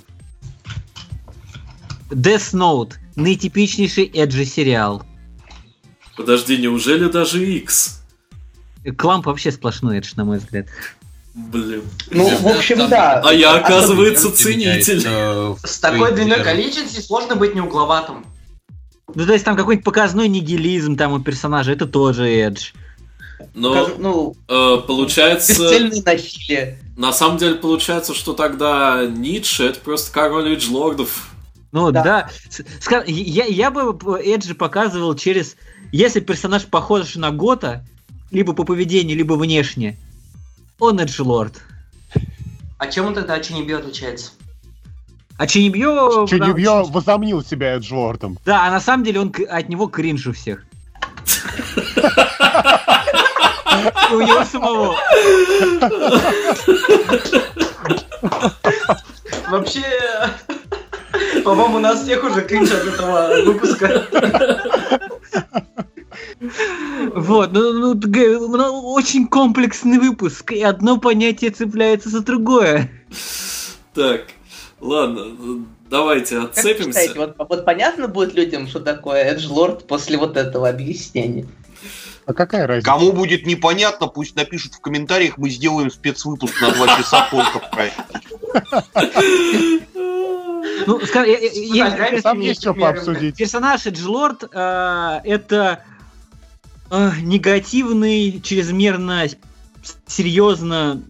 Death Note. Наитипичнейший эджи сериал. Подожди, неужели даже X? Кламп вообще сплошной эдж, на мой взгляд. Блин. Ну, в общем, да. А я, оказывается, ценитель. С такой длиной количества сложно быть не угловатым. Ну, то есть там какой-нибудь показной нигилизм там у персонажа, это тоже Эдж. Но, Показ... ну, э, получается... Бесцельное насилие. На самом деле получается, что тогда Ницше — это просто король эджлордов. Ну да, Да. да. Я, я бы Эджи показывал через... Если персонаж похож на Гота, либо по поведению, либо внешне, он эджлорд. А чем он тогда от Чинибьё отличается? А Чинибьё... Чинибьё возомнил себя эджлордом. Да, а на самом деле он от него кринж у всех. У него самого. Вообще, по-моему, у нас всех уже кринж от этого выпуска. Вот, ну, ну, ну, очень комплексный выпуск, и одно понятие цепляется за другое. Так, ладно, давайте Как отцепимся. считаете, вот, вот понятно будет людям, что такое эджлорд после вот этого объяснения? А какая разница? Кому будет непонятно, пусть напишут в комментариях, мы сделаем спецвыпуск на два часа только про это. Ну, скажи, я- я- я- Там есть что пообсудить. персонаж Эджлорд э, это э, негативный, чрезмерно серьезно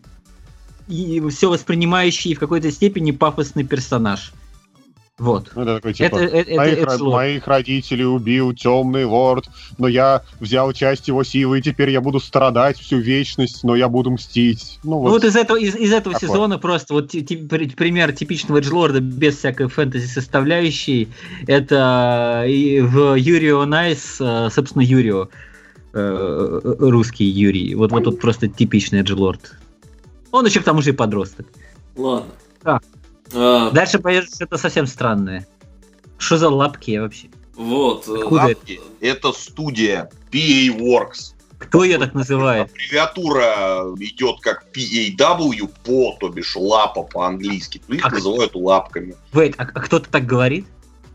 и все воспринимающий и в какой-то степени пафосный персонаж. Вот. Ну, это такой, типа, Это- это- моих, это ро- Эджлорд. моих родителей убил темный лорд, но я взял часть его силы, и теперь я буду страдать всю вечность, но я буду мстить. Ну, Ну вот. вот из этого, из, из этого такое. сезона просто вот ти- ти- при- пример типичного Эджлорда без всякой фэнтези составляющей. Это и в Юрио Найс, э, собственно, Юрио, э, русский Юрий. Вот, вот тут просто типичный Эджлорд. Он еще к тому же и подросток. Ладно. Да. А, Дальше пойдет что-то совсем странное. Что за лапки вообще? вот. э, Откуда это? Лапки — это студия пи эй Works. Кто ее так называет? Аббревиатура идет как пи эй дабл ю, по, то бишь лапа по-английски. То их А называют лапками. Вейт, а, а кто-то так говорит?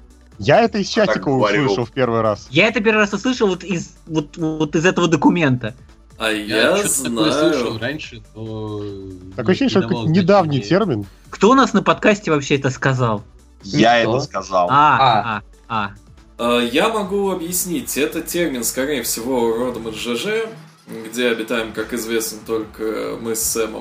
Я это из чатика говорю. услышал в первый раз. Я это первый раз услышал вот из, вот, вот из этого документа. А Я, я, что-то такое слышал знаю. раньше, но... Такое ощущение, что это придавал какой-то недавний значения. термин. Кто у нас на подкасте вообще это сказал? Я Никто. это сказал. А, а, а. А, Я могу объяснить. Это термин, скорее всего, родом из ЖЖ, где обитаем, как известно, только мы с Сэмом.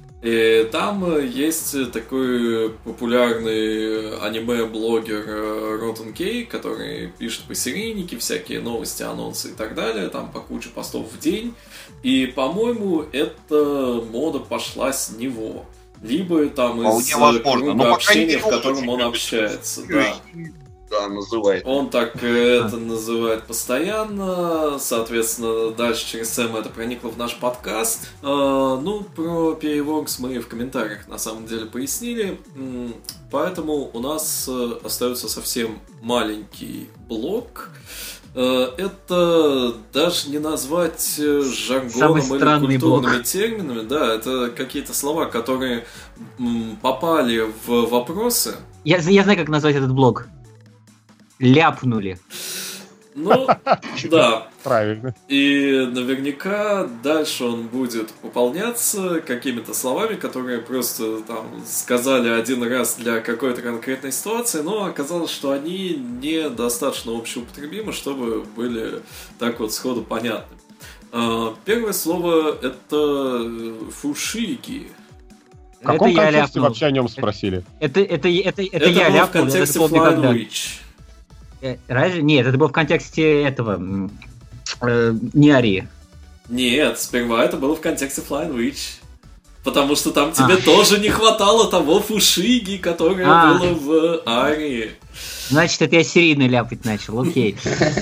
И там э, есть такой популярный аниме-блогер э, Rotten Key, который пишет посерийники, всякие новости, анонсы и так далее, там по куче постов в день. И, по-моему, эта мода пошла с него. Либо там из Вполне э, возможно. круга Но, по крайней общения, мере, в он котором очень он любит общается. Q A. Да. Да, называет. Он так э, это называет постоянно, соответственно, дальше через Сэма это проникло в наш подкаст. Э, ну, про пи эй Works мы в комментариях на самом деле пояснили, М, поэтому у нас э, остается совсем маленький блок. Э, это даже не назвать э, жаргоном Самый или странный культурными блок. терминами, да, это какие-то слова, которые м, попали в вопросы. Я, я знаю, как назвать этот блог. Ляпнули. Ну, да. Правильно. И наверняка дальше он будет пополняться какими-то словами, которые просто там сказали один раз для какой-то конкретной ситуации, но оказалось, что они недостаточно общеупотребимы, чтобы были так вот сходу понятны. А, Первое слово — это фушики. В каком это я контексте ляпнул. вообще о нем спросили? Это, это, это, это, Это я было в ляпнул. контексте это было Flying когда? Witch. Э, Разве? Нет, это было в контексте этого. м, э, не Арии. Нет, сперва это было в контексте Flying Witch. Потому что там тебе А. тоже не хватало того фушиги, которое А. было в Арии. Значит, это я серийно ляпать начал, окей.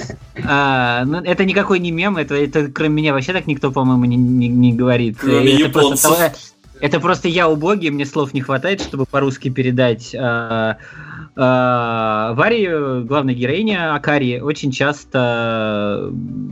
А, ну, это никакой не мем, это, это кроме меня вообще так никто, по-моему, не, не- не говорит. Кроме это просто, японцев. того- это просто я убогий, мне слов не хватает, чтобы по-русски передать. А, а, в Арии главная героиня Акари очень часто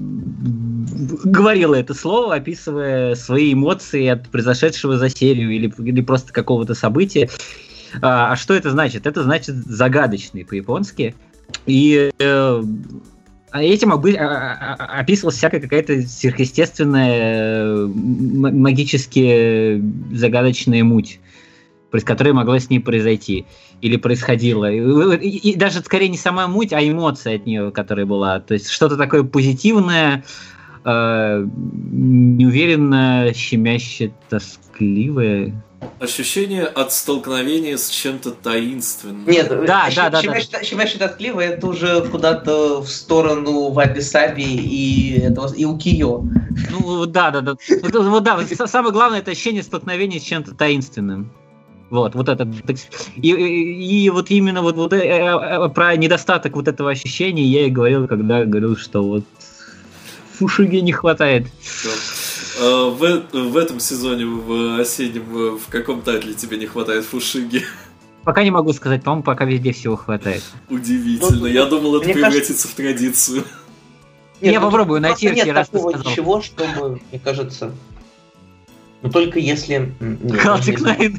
говорила это слово, описывая свои эмоции от произошедшего за серию или, или просто какого-то события. А, а что это значит? Это значит загадочный по-японски. И э, этим обы- а- а- описывалась всякая какая-то сверхъестественная, м- магически загадочная муть. которая могла с ней произойти или происходила. И, и, и даже скорее не сама муть, а эмоция от нее, которая была. То есть что-то такое позитивное, э, неуверенное, щемяще, тоскливое. Ощущение от столкновения с чем-то таинственным. Нет, да, да, да, щемяще, да. щемяще тоскливое, это уже куда-то в сторону Ваби-Саби и, этого, и Укиё. Ну, да, да, да. Вот, вот, да, самое главное, это ощущение столкновения с чем-то таинственным. Вот, вот это. И, и, и вот именно вот, вот э, про недостаток вот этого ощущения я и говорил, когда говорил, что вот Фушиги не хватает. В, в этом сезоне, в осеннем, в каком тайтле тебе не хватает Фушиги? Пока не могу сказать, по-моему, пока везде всего хватает. Удивительно. Ну, я думал, это превратится кажется... в традицию. Нет, я ну, попробую найти, нет раз такого ничего, чтобы, мне кажется... Но только если... Калтик Найн.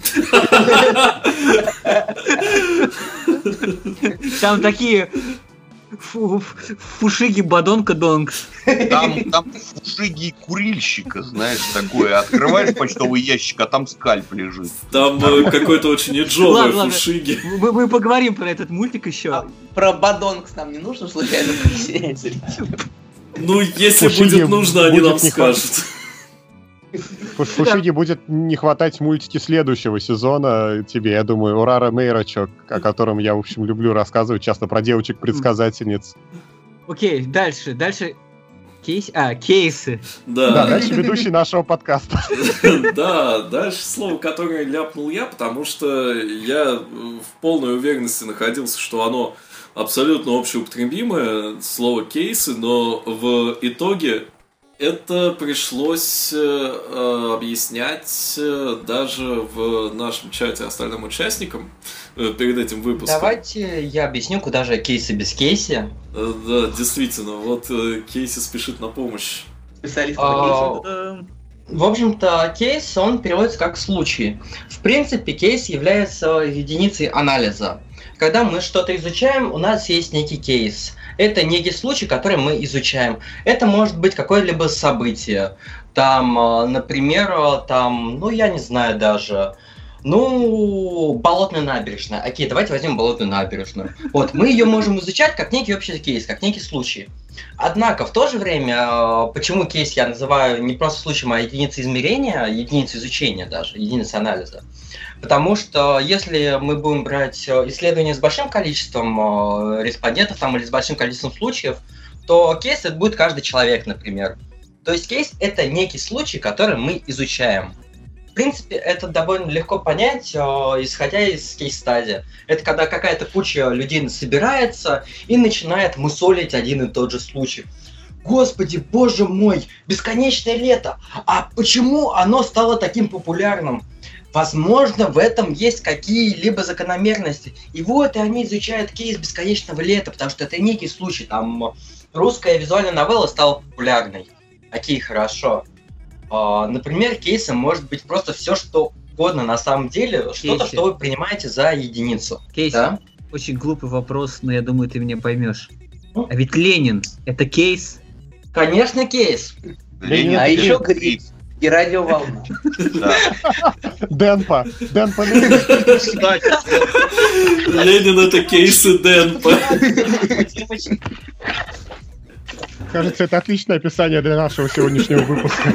Там такие... Фушиги Бадонка Донг. Там, там фушиги курильщика, знаешь, такое. Открываешь почтовый ящик, а там скальп лежит. Там какой-то очень иджовый фушиги. Мы, мы поговорим про этот мультик еще. А про Бадонг нам не нужно случайно пояснять зрителям? Ну, если фушиги будет нужно, они нам скажут. Фушиги будет не хватать мультики следующего сезона тебе, я думаю, Урара Мейрачо, о котором я, в общем, люблю рассказывать, часто про девочек-предсказательниц. Окей, дальше, дальше... Кейс? А, кейсы. Да. да, дальше ведущий нашего подкаста. Да, дальше слово, которое ляпнул я, потому что я в полной уверенности находился, что оно абсолютно общеупотребимое, слово кейсы, но в итоге... Это пришлось э, объяснять э, даже в нашем чате остальным участникам э, перед этим выпуском. Давайте я объясню, куда же кейсы без кейси. Э, да, действительно, вот э, кейси спешит на помощь. Специалист по кейсу. В общем-то, кейс, он переводится как случай. В принципе, кейс является единицей анализа. Когда мы что-то изучаем, у нас есть некий кейс. Это некий случай, который мы изучаем. Это может быть какое-либо событие. Там, например, там, ну, я не знаю даже, ну, болотная набережная. Окей, давайте возьмем болотную набережную. Вот, мы ее можем изучать как некий общий кейс, как некий случай. Однако, в то же время, почему кейс я называю не просто случаем, а единицей измерения, единицей изучения даже, единицей анализа? Потому что если мы будем брать исследования с большим количеством респондентов там, или с большим количеством случаев, то кейс это будет каждый человек, например. То есть кейс это некий случай, который мы изучаем. В принципе, это довольно легко понять, исходя из кейс-стадии. Это когда какая-то куча людей собирается и начинает мусолить один и тот же случай. Господи, боже мой, бесконечное лето! А почему оно стало таким популярным? Возможно, в этом есть какие-либо закономерности. И вот и они изучают кейс бесконечного лета, потому что это некий случай. Там русская визуальная новелла стала популярной. Окей, хорошо. Uh, например, кейсом может быть просто все, что угодно на самом деле, Кейси. Что-то, что вы принимаете за единицу. Кейси, да? Очень глупый вопрос, но я думаю, ты меня поймешь. Ну? А ведь Ленин — это кейс? Конечно, кейс. Ленин, а еще кейс. И радиоволна. Денпа. Денпа Ленин. Ленин — это кейсы Денпа. Кажется, это отличное описание для нашего сегодняшнего выпуска.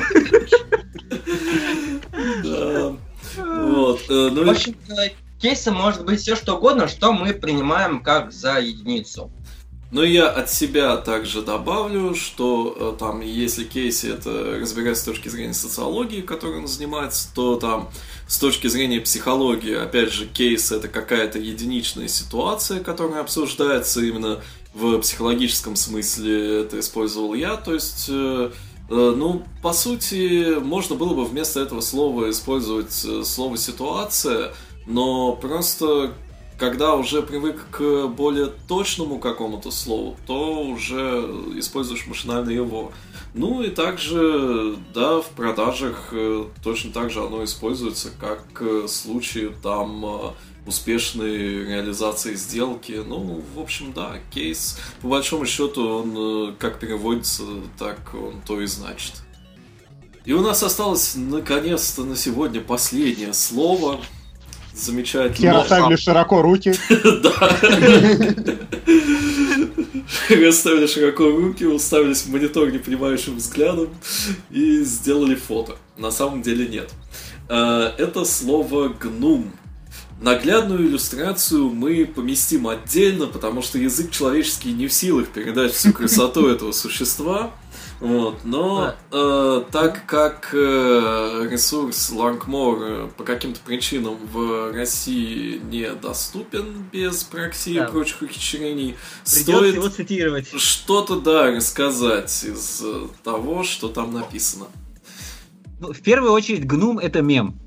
Вот. В общем-то, кейсом может быть все что угодно, что мы принимаем как за единицу. Но я от себя также добавлю, что там, если кейсы это разбирать с точки зрения социологии, которой он занимается, то там с точки зрения психологии, опять же, кейс это какая-то единичная ситуация, которая обсуждается именно в психологическом смысле, это использовал я, то есть, э, э, ну, по сути, можно было бы вместо этого слова использовать слово «ситуация», но просто, когда уже привык к более точному какому-то слову, то уже используешь машинально его. Ну и также, да, в продажах точно так же оно используется, как случаи там успешной реализации сделки. Ну, в общем, да, кейс, по большому счету, он как переводится, так он то и значит. И у нас осталось, наконец-то, на сегодня последнее слово. замечательно. Все расставили широко руки. Да. Расставили широко руки, уставились в монитор непонимающим взглядом и сделали фото. На самом деле нет. Это слово «гнум». Наглядную иллюстрацию мы поместим отдельно, потому что язык человеческий не в силах передать всю красоту этого существа. Вот. Но э, так как э, ресурс Langmore по каким-то причинам в России недоступен без прокси да. и прочих ухищрений, стоит его цитировать. Что-то, да, рассказать из того, что там написано. Ну, в первую очередь, гнум — это мем.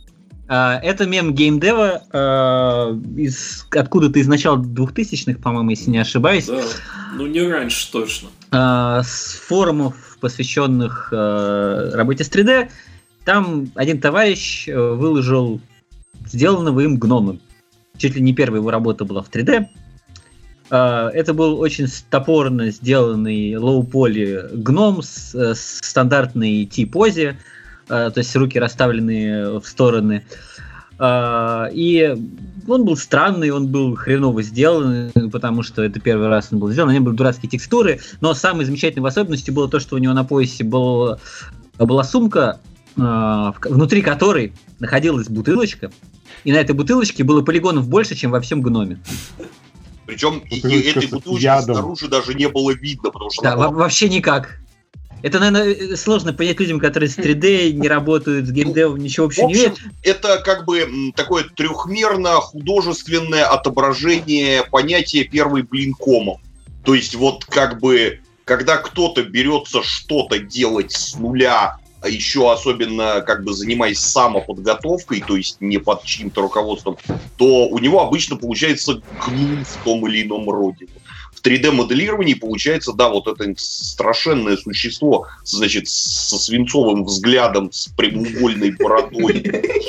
Uh, это мем геймдева uh, из, откуда-то из начала двухтысячных, по-моему, если не ошибаюсь. Да, ну не раньше точно. Uh, с форумов, посвященных uh, работе с три дэ, там один товарищ uh, выложил сделанного им гнома. Чуть ли не первая его работа была в три дэ. Uh, это был очень топорно сделанный лоу-поли гном с, с стандартной ти-позе. Uh, то есть руки расставлены в стороны. Uh, и он был странный, он был хреново сделан, потому что это первый раз он был сделан, на нем были дурацкие текстуры, но самой замечательной особенностью было то, что у него на поясе был, была сумка, uh, внутри которой находилась бутылочка, и на этой бутылочке было полигонов больше, чем во всем гноме. Причем и, и этой бутылочки снаружи даже не было видно, потому что... Да, была... вообще никак. Это, наверное, сложно понять людям, которые с три дэ не работают, с геймдевом ничего общего не имеют. Это как бы такое трехмерно-художественное отображение понятия первый блин комом. То есть вот как бы, когда кто-то берется что-то делать с нуля, а еще особенно как бы занимаясь самоподготовкой, то есть не под чьим-то руководством, то у него обычно получается гнум в том или ином роде. В три дэ-моделировании получается, да, вот это страшенное существо, значит, со свинцовым взглядом, с прямоугольной бородой,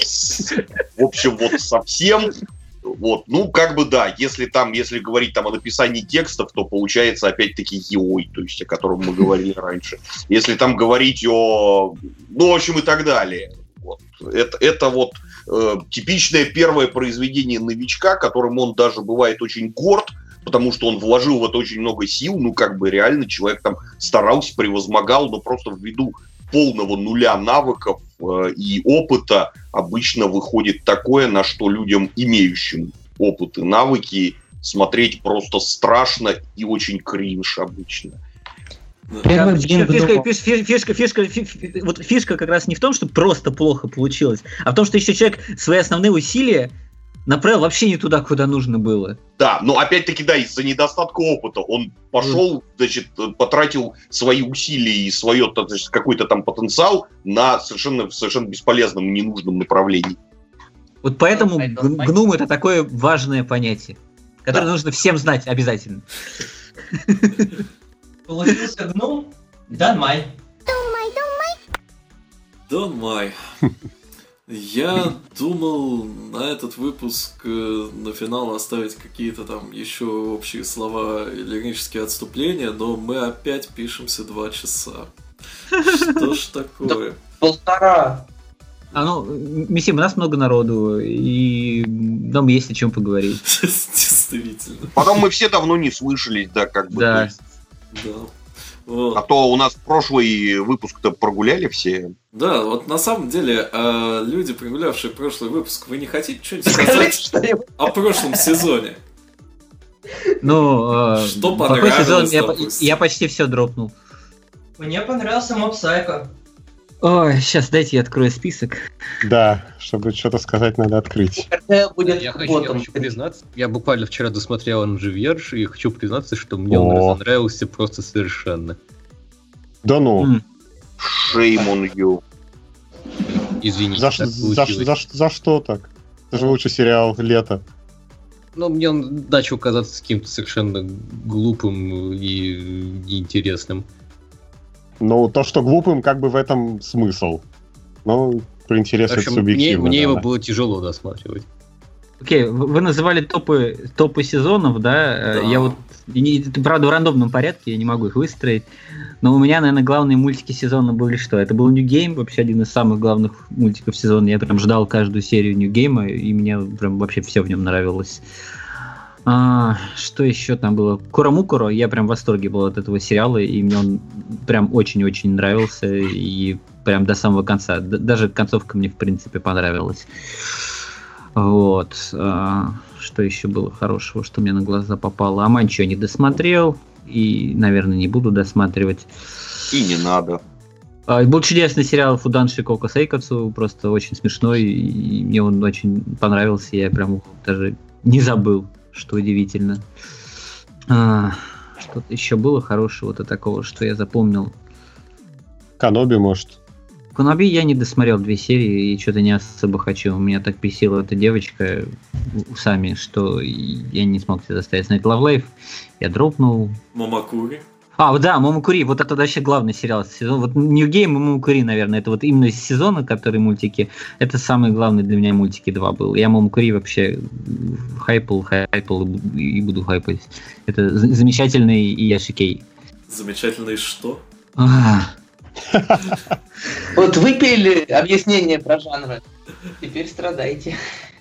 в общем, вот совсем, вот, ну, как бы, да, если там, если говорить там о написании текстов, то получается, опять-таки, Еой, то есть, о котором мы говорили раньше. Если там говорить о, ну, в общем, и так далее. Вот. Это, это вот э, типичное первое произведение новичка, которым он даже бывает очень горд, потому что он вложил в это очень много сил, ну, как бы реально человек там старался, превозмогал, но просто ввиду полного нуля навыков э, и опыта обычно выходит такое, на что людям, имеющим опыт и навыки, смотреть просто страшно и очень кринж обычно. Да. Фишка, фишка, фишка, фишка, фишка, вот фишка как раз не в том, что просто плохо получилось, а в том, что еще человек свои основные усилия направил вообще не туда, куда нужно было. Да, но опять-таки, да, из-за недостатка опыта он пошел, значит, потратил свои усилия и свое, значит, какой-то там потенциал на совершенно, совершенно бесполезном, ненужном направлении. Вот поэтому гнум — это такое важное понятие, которое да. нужно всем знать обязательно. Получился гном? Донмай. Донмай. Я думал на этот выпуск на финал оставить какие-то там еще общие слова и лирические отступления, но мы опять пишемся два часа. Что ж такое? Полтора. А ну, Миссим, у нас много народу, и нам есть о чем поговорить. Действительно. Потом мы все давно не слышались, да, как бы. Да. Да. Вот. А то у нас прошлый выпуск-то прогуляли все. Да, вот на самом деле, э, люди, прогулявшие прошлый выпуск, вы не хотите что-нибудь сказать о прошлом сезоне? Ну, э, что понравилось? Я, я почти все дропнул. Мне понравился Mob Psycho. Ой, сейчас дайте я открою список. Да, чтобы что-то сказать, надо открыть. Будет я, хочу, я хочу признаться, я буквально вчера досмотрел Angry Verge, и хочу признаться, что мне О. он разонравился просто совершенно. Да ну. Mm. Shame on you. Извините, за, за, за, за что так? Это же лучший сериал лета. Но мне он начал казаться каким-то совершенно глупым и неинтересным. Ну, то, что глупым, как бы в этом смысл. Ну, про интерес это субъективно. Мне, мне да, его да. было тяжело досматривать. Окей, okay, вы называли топы, топы сезонов, да? да. Я вот, это, правда, в рандомном порядке, я не могу их выстроить. Но у меня, наверное, главные мультики сезона были что? Это был New Game, вообще один из самых главных мультиков сезона. Я прям ждал каждую серию New Game, и мне прям вообще все в нем нравилось. А, что еще там было? Курамукуро, я прям в восторге был от этого сериала, и мне он прям очень-очень нравился, и прям до самого конца. Д- даже концовка мне, в принципе, понравилась. Вот. А, что еще было хорошего, что мне на глаза попало? Аманчо не досмотрел, и, наверное, не буду досматривать. И не надо. А, был чудесный сериал Фуданши Коко Сейкацу, просто очень смешной, и мне он очень понравился, я прям даже не забыл, что удивительно. А, что-то еще было хорошего-то такого, что я запомнил. Каноби, может? Каноби я не досмотрел две серии и что-то не особо хочу. Меня так бесила эта девочка сами, что я не смог себя заставить смотреть Love Live. Я дропнул. Момокури. А, да, Момокури, вот это вообще главный сериал сезона. Вот New Game и Момокури, наверное, это вот именно из сезона, которые мультики, это самый главный для меня мультики два был. Я Момокури вообще хайпал, хайпал и буду хайпать. Это замечательный Яшикей. Замечательный что? Вот выпили объяснение про жанры, теперь страдаете.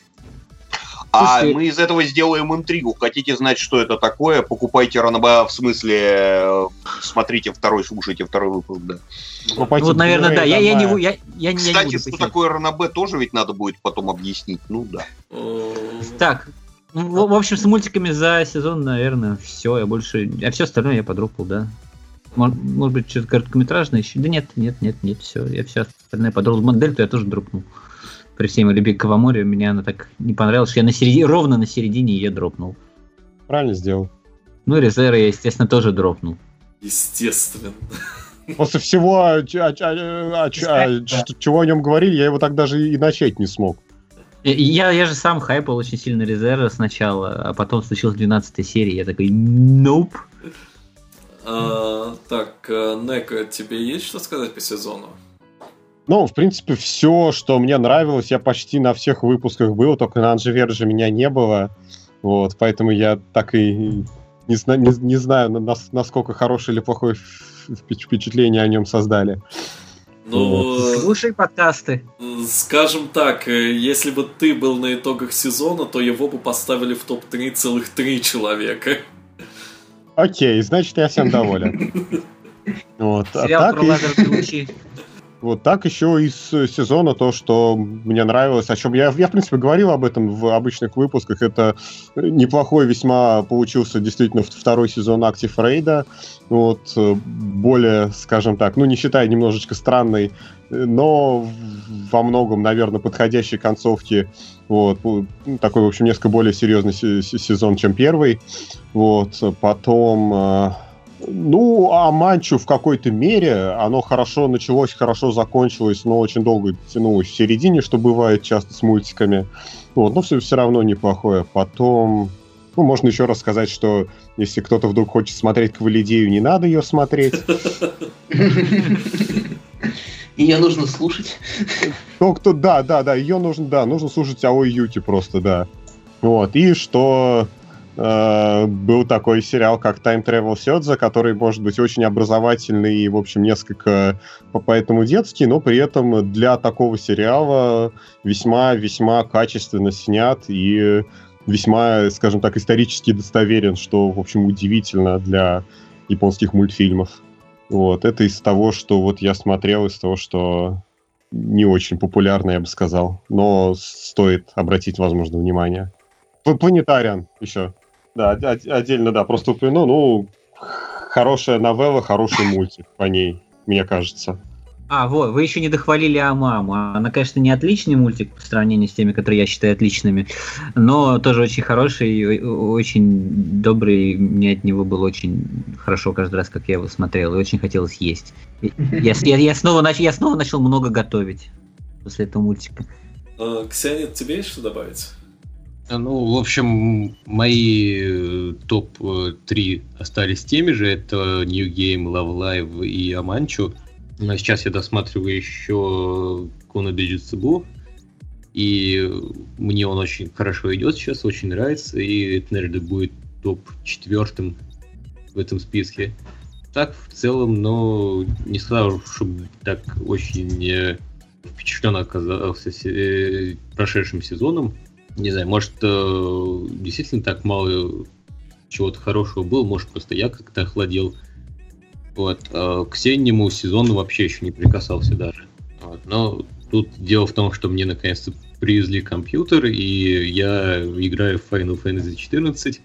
А Слушайте, мы из этого сделаем интригу. Хотите знать, что это такое? Покупайте ранобе, в смысле, смотрите второй, слушайте второй выпуск, да. Покупайте вот, наверное, да. Я, я не, я, я, Кстати, я не буду что писать. такое ранобе, тоже ведь надо будет потом объяснить. Ну да. Так, ну, в общем, с мультиками за сезон, наверное, все. Я больше, а все остальное я подропал, да. Может, может быть, что-то короткометражное еще? Да нет, нет, нет, нет, все. Я все остальное подропал. Модель-то я тоже дропнул. При всей моей любви к Каваморе, меня она так не понравилась, что я на середине, ровно на середине ее дропнул. Правильно сделал. Ну и Резера я, естественно, тоже дропнул. Естественно. После всего, а, а, а, а, чего о нем говорили, я его так даже и начать не смог. Я, я же сам хайпал очень сильно Резера сначала, а потом случилась двенадцатая серия, я такой, nope. А, так, Нека, тебе есть что сказать по сезону? Ну, в принципе, все, что мне нравилось, я почти на всех выпусках был, только на Анжи Верджи меня не было. Вот, поэтому я так и не, зна- не, не знаю, нас- насколько хорошее или плохое впечатление о нем создали. Ну, слушай подкасты. Скажем так, если бы ты был на итогах сезона, то его бы поставили в топ три целых три человека. Окей, значит, я всем доволен. Вот. Сериал про лазерные лучи. Вот так еще из сезона то, что мне нравилось, о чем я, я, в принципе, говорил об этом в обычных выпусках, это неплохой весьма получился действительно второй сезон Active Raid, вот, более, скажем так, ну, не считая немножечко странной, но во многом, наверное, подходящей концовки, вот, такой, в общем, несколько более серьезный сезон, чем первый, вот, потом... Ну, а Манчу в какой-то мере, оно хорошо началось, хорошо закончилось, но очень долго тянулось в середине, что бывает часто с мультиками. Вот, но все, все равно неплохое. Потом, ну, можно еще раз сказать, что если кто-то вдруг хочет смотреть Квалидею, не надо ее смотреть. Ее нужно слушать. Ну, кто, да, да, да, ее нужно, да, нужно слушать Аой Юки просто, да. Вот, и что... был такой сериал, как Time Travel Сёдзе, который может быть очень образовательный и, в общем, несколько поэтому детский, но при этом для такого сериала весьма-весьма качественно снят и весьма, скажем так, исторически достоверен, что, в общем, удивительно для японских мультфильмов. Вот. Это из того, что вот я смотрел, из того, что не очень популярно, я бы сказал, но стоит обратить, возможно, внимание. Планетариан еще. Да, отдельно, да, просто упомяну, ну, хорошая новелла, хороший мультик по ней, мне кажется. А, вот, вы еще не дохвалили Амаму. Она, конечно, не отличный мультик по сравнению с теми, которые я считаю отличными, но тоже очень хороший, очень добрый, мне от него было очень хорошо каждый раз, как я его смотрел, и очень хотелось есть. Я, я, я, снова, нач, я снова начал много готовить после этого мультика. Ксения, тебе есть что добавить? Ну, в общем, мои топ три остались теми же. Это New Game, Love Live и Аманчу. Сейчас я досматриваю еще Коно Дэджитсубу. И мне он очень хорошо идет сейчас, очень нравится, и это, наверное, будет топ-четвертым в этом списке. Так, в целом, но не сказал, чтобы так очень впечатлен оказался прошедшим сезоном. Не знаю, может, действительно так мало чего-то хорошего было, может, просто я как-то охладел. Вот. А к осеннему сезону вообще еще не прикасался даже. Вот. Но тут дело в том, что мне наконец-то привезли компьютер, и я играю в Final Fantasy четырнадцать.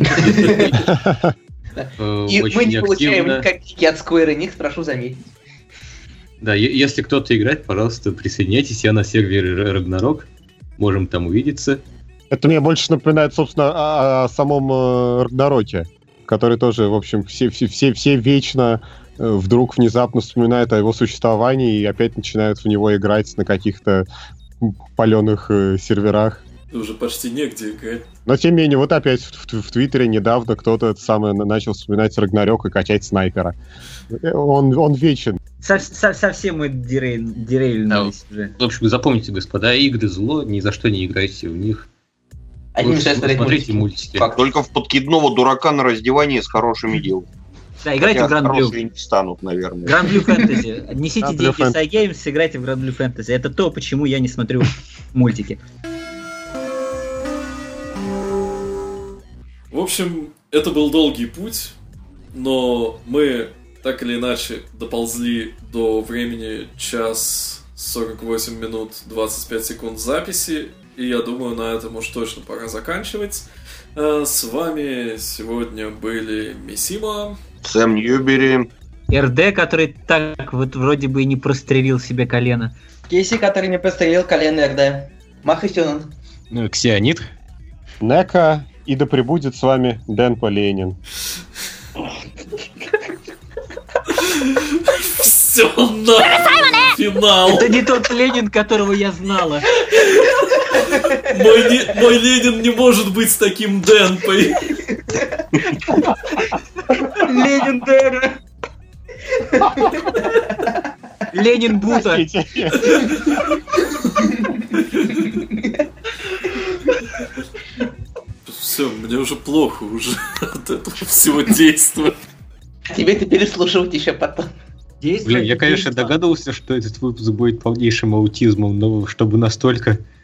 И мы не получаем никакие от Square Enix, прошу заметить. Да, если кто-то играет, пожалуйста, присоединяйтесь, я на сервере Ragnarok, можем там увидеться. Это мне больше напоминает, собственно, о, о самом Рагнароке, который тоже, в общем, все, все, все, все вечно вдруг внезапно вспоминают о его существовании и опять начинают в него играть на каких-то паленых э, серверах. Уже почти негде играть. Но тем не менее, вот опять в, в, в Твиттере недавно кто-то это самое начал вспоминать Рагнарёк и качать снайпера. Он, он вечен. Со, со, совсем мы деревянные уже. В общем, запомните, господа, игры зло, ни за что не играйте в них. Они мешают смотреть смотрите мультики. мультики. Только в подкидного дурака на раздевании с хорошими делами. Да, играйте Хотя в Grand Blue. Не станут, наверное. Grand Blue Fantasy. Несите Grand деньги Blue в Cygames, сыграйте в Grand Blue Fantasy. Это то, почему я не смотрю мультики. В общем, это был долгий путь, но мы так или иначе доползли до времени час сорок восемь минут двадцать пять секунд записи, и я думаю, на этом уж точно пора заканчивать. С вами сегодня были Мисима, Сэм Ньюбери, эр дэ, который так вот вроде бы и не прострелил себе колено. Кейси, который не прострелил колено эр дэ. Маха Сёнэн. Ну, Ксионид. Нека, и да пребудет с вами Дэн Поленин. Все, на финал. Это не тот Ленин, которого я знала. Мой, не, мой Ленин не может быть с таким Дэнпой. Ленин Дэра. Ленин Бута. Все, мне уже плохо уже от этого всего действия. Тебе ты переслушивать еще потом. Блин, я, конечно, догадывался, что этот выпуск будет полнейшим аутизмом, но чтобы настолько